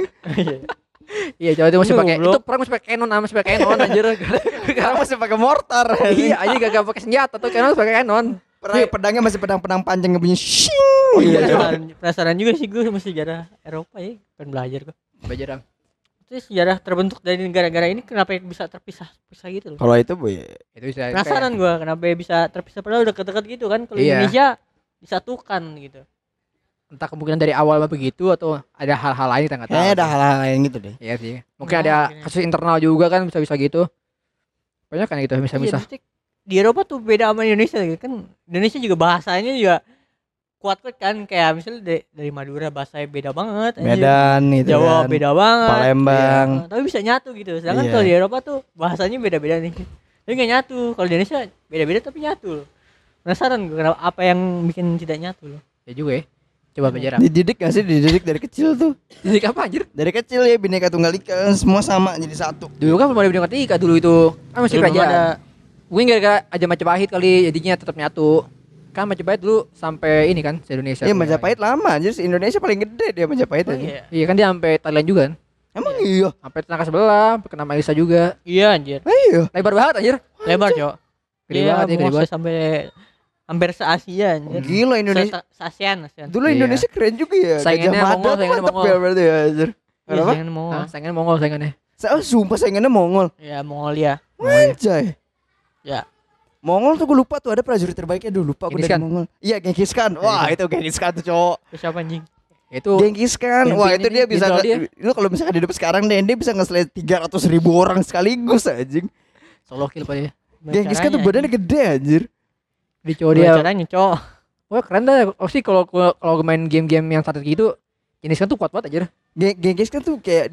Iya, coba itu masih Lu pakai goblok. itu perang masih pakai cannon masih pakai cannon anjir. Sekarang masih pakai mortar. Iya, aja gak pakai senjata tuh cannon masih pakai cannon. Pedangnya masih pedang-pedang panjang yang bunyi shing. Oh iya, Penasaran juga sih gue sama sejarah Eropa ya. Pengen belajar gue. Belajar. Itu sejarah terbentuk dari negara-negara ini kenapa bisa terpisah gitu loh. Kalau itu Bu ya. Itu bisa. Penasaran gue kenapa bisa terpisah padahal deket-deket gitu kan. Kalau Iya. Indonesia disatukan gitu. Entah kemungkinan dari awal mah begitu atau ada hal-hal lain kita nggak tahu. Kayaknya ada hal-hal lain gitu deh. Iya sih. Mungkin Oh, ada mungkin. kasus internal juga kan bisa-bisa gitu. Banyak kan gitu Iya, bisa-bisa. maksudnya di Eropa tuh beda sama Indonesia gitu kan. Indonesia juga bahasanya juga kuat kan kayak misalnya dari Madura bahasanya beda banget. anjir. Medan itu Jawa kan. beda banget. Palembang. Iya, tapi bisa nyatu gitu. Sedangkan Iya. kalau di Eropa tuh bahasanya beda-beda nih. Tapi nggak nyatu. Kalau di Indonesia beda-beda tapi nyatu loh. Penasaran gue kenapa apa yang bikin tidak nyatu loh. Ya juga ya. Coba belajar. Dididik gak sih? Dididik dari kecil tuh. Jadi apa anjir? Dari kecil ya Bhinneka Tunggal Ika semua sama jadi satu. Dulu kan belum ada Bhinneka Tunggal Ika dulu itu. Kan masih Belum kerajaan. ada. Mungkin gara-gara aja Majapahit kali jadinya tetap nyatu. Kan Majapahit dulu sampai ini kan se Indonesia. Iya Majapahit lama anjir, Indonesia paling gede dia Majapahit Oh, aja. iya. Iya kan dia sampai Thailand juga kan. Emang iya. Sampai Tengah sebelah, kena Malaysia juga. Iya anjir. Iya. Lebar banget anjir. Lebar, Cok. Gede Iya, banget ya, gede mau banget. sampai hampir se-Asia anjir. Gila Indonesia. Se-ASEAN. Dulu Iya. Indonesia keren juga ya. Saingannya Gajah Mada Mongol, tuh saingannya mantep Mongol. ya berarti ya anjir. Kenapa? Jangan mau. Nah, saingannya Mongol saingannya. Sumpah saingannya Mongol. Ya Mongolia. Anjay. Ya. Mongol tuh gue lupa tuh ada prajurit terbaiknya dulu lupa gue Genghis dari Khan. Mongol. Iya Genghis Khan. Wah itu Genghis Khan tuh cowok. Terus siapa anjing? Itu Genghis Khan. Wah Pimpin itu ini, dia bisa jenderal dia. lu kalau misalkan hidup sekarang deh dia bisa nge-slay 300.000 orang sekaligus anjing. solo kill pada dia. Genghis Khan tuh badannya gede anjir. Di cowok dia. dia. Caranya, Cok. Wah keren dah. Oh sih kalau main game-game yang strategi itu Genghis Khan tuh kuat banget aja. Genghis Khan tuh kayak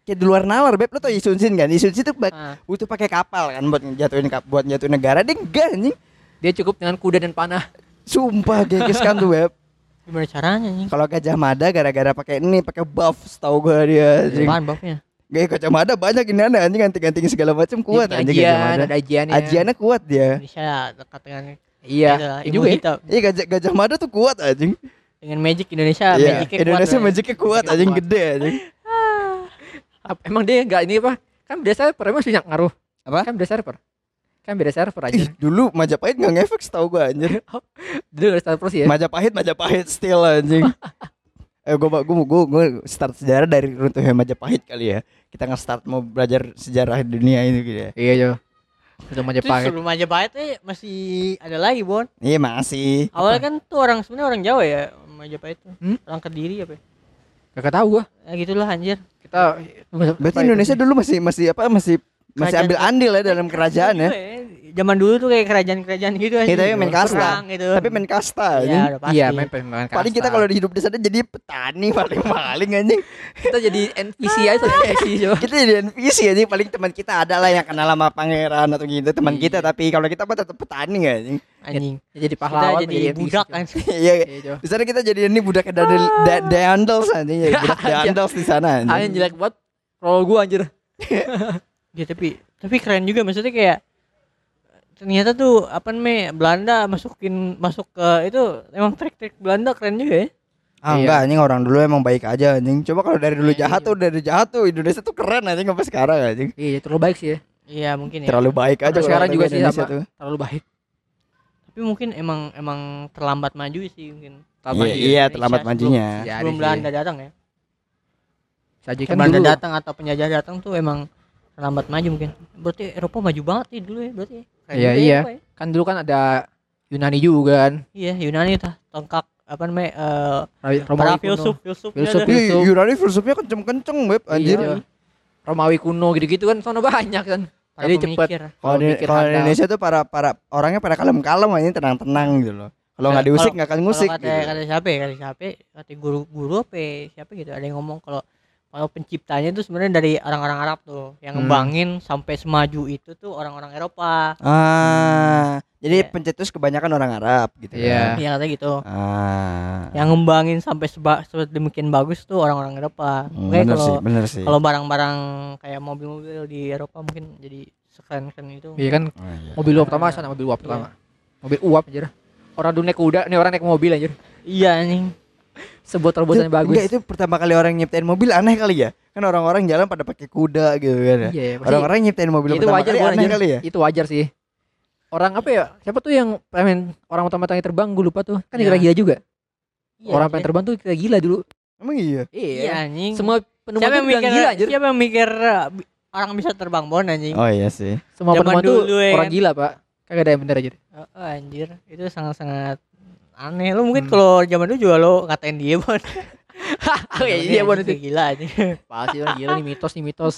kayak di luar nalar, Beb. Lo tau Isun Shin kan? Isun Shin tuh Ah. butuh pakai kapal kan buat jatuhin negara. Dia enggak anjing. Dia cukup dengan kuda dan panah. Sumpah gekes kan tuh, Beb. Gimana caranya anjing? Kalau Gajah Mada gara-gara pakai buff setahu gua dia anjing. Apaan buffnya? Gaya Gajah Mada banyak ini anjing anting-anting segala macam kuat Dia anjing ajian, Gajah Mada. ada ajiannya. Ajiannya kuat dia. Indonesia dekat dengan Iya. itu, Itu juga ya. hitam. Iya Gajah Mada tuh kuat anjing. Dengan magic Indonesia, Iya, magicnya Indonesia kuat. magicnya kuat anjing gede anjing. Emang dia enggak ini apa? Kan beda server emang banyak ngaruh. Apa? Kan beda server. Kan beda server Ih, aja. dulu Majapahit enggak ngefek setahu gua anjir. Dulu ada server sih ya. Majapahit still anjing. Gua start sejarah dari runtuhnya Majapahit kali ya. Kita nge-start mau belajar sejarah dunia ini gitu ya. Iya, Jo. Itu Terus Majapahit. sebelum Majapahit masih ada lagi, Bon. Iya masih. Awalnya kan tuh sebenarnya orang Jawa ya, Majapahit tuh. Orang Kediri apa ya? Gak tahu gua. Ya gitulah anjir. Kita Berarti Indonesia dulu masih masih Kerajaan- ambil andil ya dalam kerajaan ya. Juga Zaman dulu tuh kayak kerajaan-kerajaan gitu aja. Kita main kasta. Perang gitu. Tapi main kasta Iya, anjing. udah pasti. Iya, main Paling kita kalau hidup di sana jadi petani paling anjing. kita jadi NPC aja NPC, Jo. Kita jadi NPC aja paling teman kita ada lah yang kenal sama pangeran atau gitu teman kita Iya. tapi kalau kita mah tetap petani anjing. anjing. Jadi Kita pahlawan jadi menjadi NPC, budak Jo. kan. Iya. Iya, Jo. Di sana kita jadi ini budak dari Deandals anjing ya, budak Deandals di sana Anjing anjing. jelek banget. Roll gua anjir. Ya tapi keren juga maksudnya kayak ternyata tuh apa namanya Belanda masuk ke itu emang trik-trik Belanda keren juga ya. Ah Iya. enggak anjing orang dulu emang baik aja anjing. Coba kalau dari dulu Iya, jahat iya. tuh dari jahat tuh Indonesia tuh keren anjing sampai sekarang anjing. Iya, terlalu baik sih ya. Iya mungkin ya. Terlalu baik aja Sampai sekarang orang juga sih Indonesia sama. tuh. Terlalu baik. Tapi mungkin emang terlambat maju sih mungkin. Terlambat Iya, sih. iya Indonesia terlambat sebelum- majunya. Iya, Sebelum sih. Belanda datang ya. Saja kan Kan Belanda dulu. datang atau penjajah datang tuh emang terlambat maju mungkin. Berarti Eropa maju banget nih dulu ya berarti. Keren Iya, juga ya iya. Eropa ya. Kan dulu kan ada Yunani juga kan. Iya Yunani tuh tongkak apa namanya Romawi para kuno. filsuf Filsuf. Ih, Filsuf. Yunani filsufnya kenceng-kenceng beb anjir. Iya. Romawi kuno gitu-gitu kan sono banyak kan. para Jadi cepet. pemikir. Kalau di mikir kalau di handal. Indonesia tuh para orangnya pada kalem-kalem aja tenang-tenang gitu loh. Kalau nggak diusik nggak akan ngusik Kalau gitu. kata siapa kata guru apa ya, siapa gitu ada yang ngomong kalau penciptanya itu sebenarnya dari orang-orang Arab tuh yang ngembangin sampai semaju itu tuh orang-orang Eropa. Jadi Iya. pencetus kebanyakan orang Arab gitu Iya. kan. Iya katanya gitu. Ah. Yang ngembangin sampai sedemikian bagus tuh orang-orang Eropa. Makanya Bener sih. kalau barang-barang kayak mobil-mobil di Eropa mungkin jadi sekeren-keren itu. Iya kan Oh, iya. mobil uap pertama sana mobil uap pertama. Mobil uap anjir. Orang dulu naik kuda, nih orang naik mobil anjir. Iya anjing. Sebuah terobosan yang bagus. Enggak, itu pertama kali orang nyiptain mobil aneh kali ya. Kan orang-orang jalan pada pakai kuda gitu kan ya. Iya, pasti Orang-orang nyiptain mobil itu pertama wajar kali Bon, aneh anjir. kali ya. Itu wajar sih. Orang apa ya? Siapa tuh yang pengen orang pertama kali terbang gue lupa tuh. Kan Ya. kira gila juga. Iya, Orang iya. pengen terbang tuh kira gila dulu. Emang iya. Iya anjing. Semua penemuan siapa tuh yang bilang mikir gila anjir. siapa yang mikir orang bisa terbang Bon anjing. Oh iya sih. Semua Zaman penemuan tuh dulu ya orang kan. gila, Pak. Kagak ada yang bener aja. Oh, anjir, itu sangat-sangat aneh. Lu mungkin kalau zaman dulu juga lo ngatain dia, Bon. Oh iya, iya Bon itu. Gila aja. Pasti orang gila nih mitos.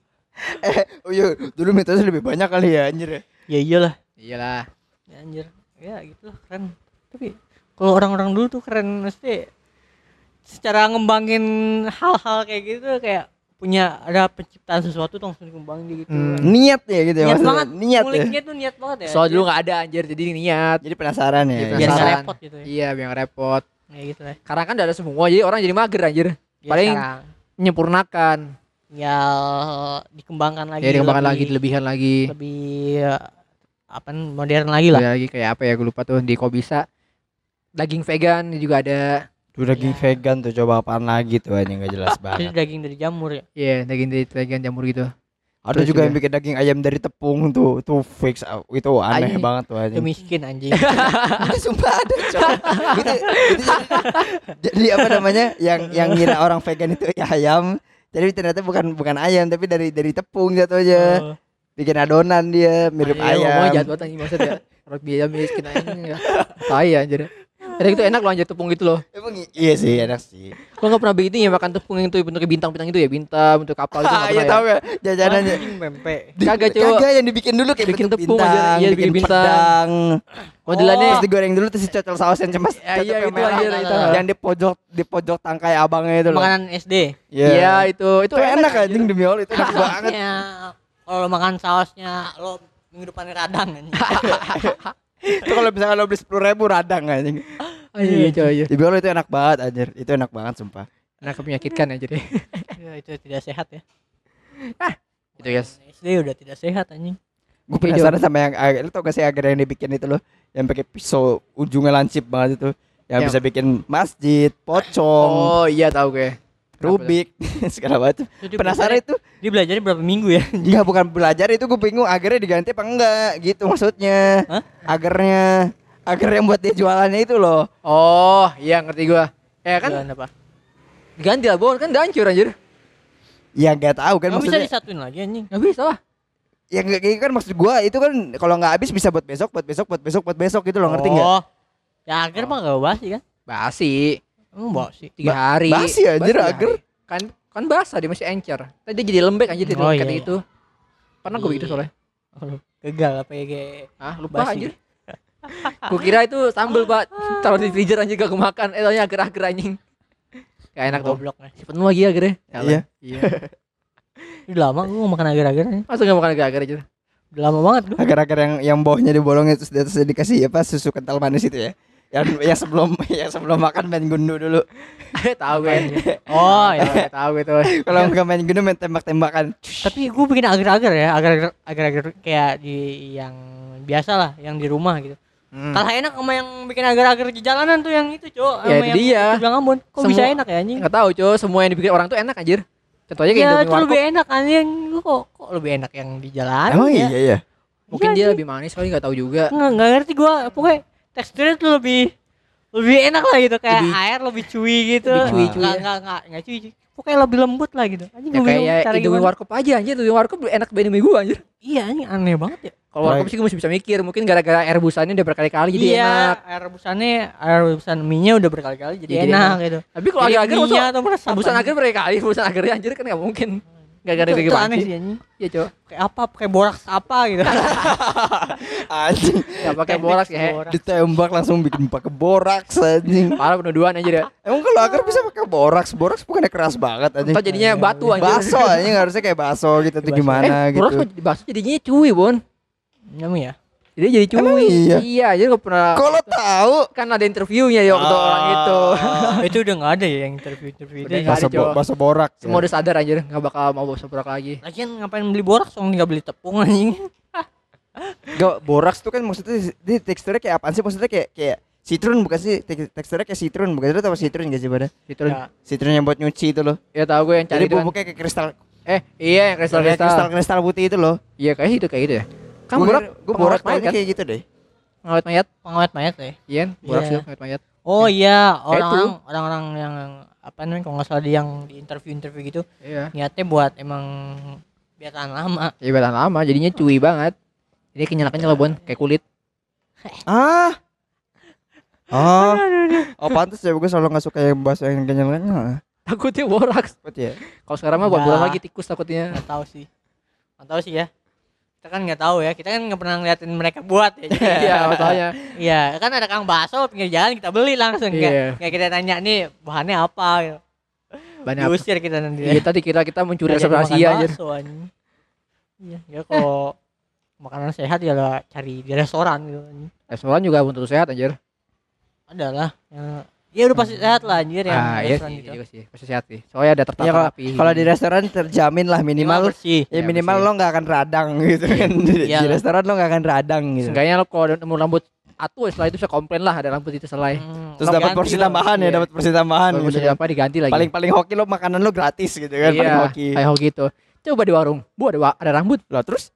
Oh iya, dulu mitosnya lebih banyak kali ya anjir ya. Ya iyalah, Iyalah. ya, anjir. Ya gitu lah, keren. Tapi kalau orang-orang dulu tuh keren mesti secara ngembangin hal-hal kayak gitu kayak punya ada penciptaan sesuatu tuh langsung dikembangin gitu. Niat ya gitu ya Niat maksudnya. banget, Niat ya. nguliknya tuh niat banget ya. Soal dulu nggak ada anjir jadi niat. Jadi penasaran ya. Iya, biar nggak penasaran. repot gitu ya. Iya, biar nggak repot. Ya gitu lah. Karena kan udah ada semua jadi orang jadi mager anjir. Ya, Paling sekarang menyempurnakan. ya dikembangkan lagi. Ya dikembangkan lagi, lebih- dilebihan lagi. lebih apa modern lagi lah. Ada lagi kayak apa ya gue lupa tuh di Kobisa. Daging vegan juga ada. Tuh daging vegan tuh coba apaan lagi tuh anjing enggak jelas Itu banget. daging dari jamur ya. Iya, daging dari vegan jamur gitu. Ada Terus juga juga. yang bikin daging ayam dari tepung tuh fix itu aneh Anjing. banget tuh Itu anjing. miskin anjing. Itu sumpah ada coy. itu jadi apa namanya yang ngira orang vegan itu ya ayam. Jadi ternyata bukan ayam tapi dari tepung jatuhnya. Oh, Bikin adonan dia mirip Iya, ngomongnya ayam. jahat banget anjing maksudnya. Orang biaya miskin anjing ya. Tai anjir. Ada itu enak loh anjir tepung gitu loh. Emang iya sih enak sih. Lo nggak pernah begitu ya makan tepung yang itu bentuknya bintang-bintang itu ya, bintang bentuk kapal itu nggak Iya pernah tahu ya? gak jajanannya? Anjing pempek. Kagak, Cok. Kagak yang dibikin dulu kayak Bikin bentuk tepung bintang, aja, iya, bikin bintang. pedang. Modelannya Terus digoreng dulu terus dicocol saus yang cemas. Ya, iya, cocok itu merah. anjir, itu. Yang di pojok tangkai abangnya itu loh. Makanan SD. Iya itu Itu enak anjing demi Allah itu enak banget. Ya, kalau lo makan sausnya lo minggu depan radang anjing. Itu kalau misalkan lo beli 10.000 radang anjing. Iya coy. Iya. Demi Allah itu enak banget anjir. Itu enak banget sumpah. Enak menyakitkan aja deh. Ya, itu tidak sehat ya. Itu guys. SD udah tidak sehat anjing. Gue penasaran sama yang lu tau gak sih agar yang dibikin itu loh, yang pakai pisau ujungnya lancip banget itu, yang Yang- bisa bikin masjid, pocong, Oh iya tahu gue. Rubik, segala macam. Itu dia Penasaran itu? Dia belajarnya berapa minggu ya? Enggak, bukan belajar itu, gue bingung agarnya diganti apa enggak gitu maksudnya. Hah? Agar yang buat dia jualannya itu loh. Oh iya ngerti gue. Ya kan Jualan apa? diganti lah Bon, kan udah hancur anjir. Ya enggak tahu kan Kamu bisa maksudnya. disatuin lagi anjing. Gak bisa lah. Ya enggak kayak kan maksud gua itu kan kalau nggak habis bisa buat besok, buat besok, buat besok, buat besok gitu loh, ngerti enggak? Oh. Ya agar mah gak basi kan? Basi. Emang basi. 3 hari. basi anjir, Basi agar. hari. Kan basah dia masih encer. Tadi dia jadi lembek anjir di Oh, loket iya, itu. Pernah gue begitu soalnya. Oh, gagal apa ya kayak Ah, lupa Basi. anjir. Gue kira itu sambel, Pak. Taruh di freezer anjir gak kemakan. Taunya agar-agar anjing. Gak enak tuh. goblok nih. Penuh lagi agarnya. Iya. Iya. Udah lama gue mau makan agar-agar nih. Masa gak makan agar-agar aja? Udah lama banget gue. Agar-agar yang bawahnya dibolongin terus di atasnya dikasih apa susu kental manis itu ya. Yang sebelum makan main gundu dulu. Tahu gue. Oh ya. Ya, tahu gue tuh. Kalau nggak main gundu main tembak-tembakan. Tapi gue bikin agar-agar ya, agar-agar kayak di yang biasa lah, yang di rumah gitu. Kalah enak sama yang bikin agar-agar di jalanan tuh yang itu, Cok. Ya, Sama itu yang dia. itu Bang Ambon. Kok Semua- bisa enak ya anjing? Enggak tahu, Cok. Semua yang dibikin orang tuh enak anjir. Contohnya kayak Ya, Indomie itu warkop. lebih enak anjing. Lu kok lebih enak yang di jalanan Emang ya? iya ya. Mungkin Iya, dia anjing. lebih manis kali enggak tahu juga. Nggak ngerti gua, pokoknya teksturnya tuh lebih enak lah gitu, kayak Lebih- air lebih cuy gitu. lebih cuy-cuy ya. Nggak cuy. Pokoknya lebih lembut lah gitu. Anjing Ya gua bingung kayak cara Indomie gimana. warkop aja anjir. Indomie warkop enak dari Indomie gua anjir. Iya, anjing aneh banget ya. Kalau warkop sih gue masih bisa mikir. Mungkin gara-gara air rebusannya udah berkali-kali jadi Iya, enak. air rebusan mie-nya udah berkali-kali jadi Jadi enak enak. gitu. Tapi kalau Jadi agar-agar mie-nya masa atau meresap, rebusan anjing. agar berkali-kali. Rebusan agarnya anjir kan enggak mungkin. Gara-gara Itu bikin aneh panci. sih anjing. Iya, Cok. Kayak apa? Pakai boraks apa gitu. Anjing Enggak pakai Teknik borak ya. boraks. ditembak langsung bikin pakai boraks anjing. Parah penuduhan anjir ya. Emang kalau agar bisa pakai boraks? Boraks bukannya keras banget anjing. Atau jadinya batu anjir. Baso anjing harusnya kayak baso gitu tuh gimana Borak gitu. bakso jadinya cuy, Bon. Nyamuk ya. Jadi jadi cuy. Emang iya? Iya, jadi gak pernah. Kalau tahu Kan ada interviewnya ya waktu orang itu. Itu udah enggak ada ya yang interview itu. Udah nggak ada, Cok. baso borak. Semua udah sadar anjir, enggak bakal mau bawa borak lagi. Lagian ngapain beli boraks dong, tinggal beli tepung anjing. Gak, boraks tuh kan maksudnya di teksturnya kayak apaan sih? Maksudnya kayak citron bukan sih? Teksturnya kayak citron bukan? Lu tau apa citron gak sih pada? Gitu. Ya. Citron yang buat nyuci itu loh. Ya tahu gue yang cari Jadi itu kan. bubuknya kayak kristal Iya yang kristal-kristal. kristal putih itu loh. Iya kayak itu ya. Kan Gue borak borak mayat taunya kan? kayak gitu deh. Ngawet mayat. Pengawet mayat ya. Iya, borak Iya. sih ngawet mayat. Oh iya, Kayak itu. orang-orang yang apa namanya kalau nggak salah di yang di interview gitu Iya. niatnya buat emang biar tahan lama. Ya bertahan lama jadinya cuy banget. Jadi kenyal-kenyal Bon, kayak kulit. Ah. Oh pantas ya gue selalu gak suka yang bahasa yang kenyal-kenyal. Takutnya borak. Takut ya. Kalau sekarang mah buat Enggak. borak lagi tikus takutnya. Nggak tahu sih ya. Kita kan nggak tahu ya, kita kan nggak pernah ngeliatin mereka buat ya. Jadi, Iya, makanya. Iya, kan ada kang bakso pinggir jalan kita beli langsung Iya. kayak kita tanya nih bahannya apa gitu. Banyak apa? Diusir kita nanti. Iya, tadi kita mencuri Nggak resep jadi rahasia makan anjir. bakso, anjing. Iya, ya kalau makanan sehat ya lah cari di restoran gitu anjing. Restoran juga belum tentu sehat anjir. Ada lah ya udah pasti sehat lah anjir yang Ah, iya restoran sih, gitu. iya juga sih. Pasti sehat sih. Soalnya ada Ya tertata kalau rapi. kalau di restoran terjamin lah minimal bersih. ya Ya, minimal bersih. lo nggak akan radang gitu kan. Di Iyalah. restoran lo nggak akan radang gitu. Seenggaknya lo kalau nemu rambut atu setelah itu bisa komplain lah ada rambut itu selai. Terus dapat Ganti porsi lo. tambahan ya, Iya. dapat porsi tambahan Kalau gitu. bisa apa diganti lagi. Paling hoki lo makanan lo gratis gitu kan, paling Iya, hoki. kayak hoki itu. Coba di warung, Bu ada rambut. Lah terus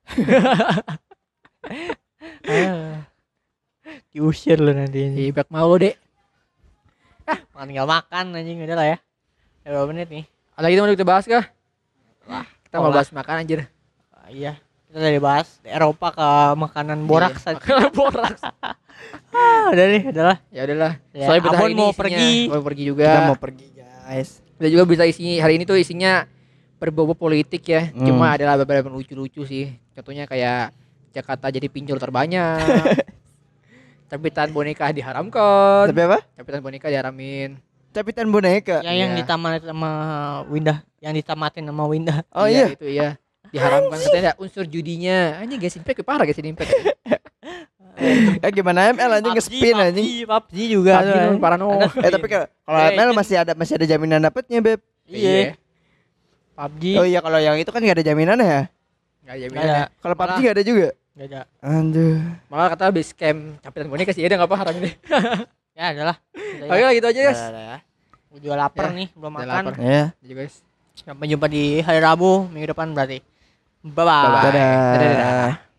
Ah. Diusir lo nanti anjing. Ibak mau lo, Dek. Makan tinggal makan anjing udah lah ya. Udah berapa menit nih? Ada lagi mau kita bahas kah? Kita mau Olah. bahas makan anjir. Iya, kita dari bahas Eropa ke makanan boraks Iya, aja. makanan borak. Udah nih, adalah. Ya udahlah. Ya, Soalnya berita Abon hari ini mau isinya- pergi. mau pergi juga. Kita mau pergi guys. Ada juga berita isi hari ini tuh isinya berbau politik ya. Cuma adalah beberapa yang lucu-lucu sih. Contohnya kayak Jakarta jadi pinjol terbanyak. Capitan boneka diharamkan. Tapi apa? Capitan boneka diharamin. Capitan boneka. Yang Iya. ditamatin sama Windah, yang ditamatin sama Windah. Oh iya. Itu iya. Diharamkan katanya ada unsur judinya. Ini guys impact parah guys ini impact. Gimana ML anjing nge-spin anjing. PUBG juga tuh. PUBG parano. Tapi kalau ML masih ada jaminan dapatnya, Beb. Iya. PUBG. Oh iya, kalau yang itu kan gak ada jaminannya ya. Enggak ya Nggak ada. Kalau PUBG gak ada juga. Nggak ada. Aduh. Malah kata base camp Capitan boneka sih ada enggak apa haram ini. Ya adalah. Oke lah gitu aja guys. Gue juga lapar Ya, nih, belum udah makan. lapar. Ya. Jadi guys. Sampai jumpa di hari Rabu minggu depan berarti. Bye bye. Bye-bye. Dadah. Dadah.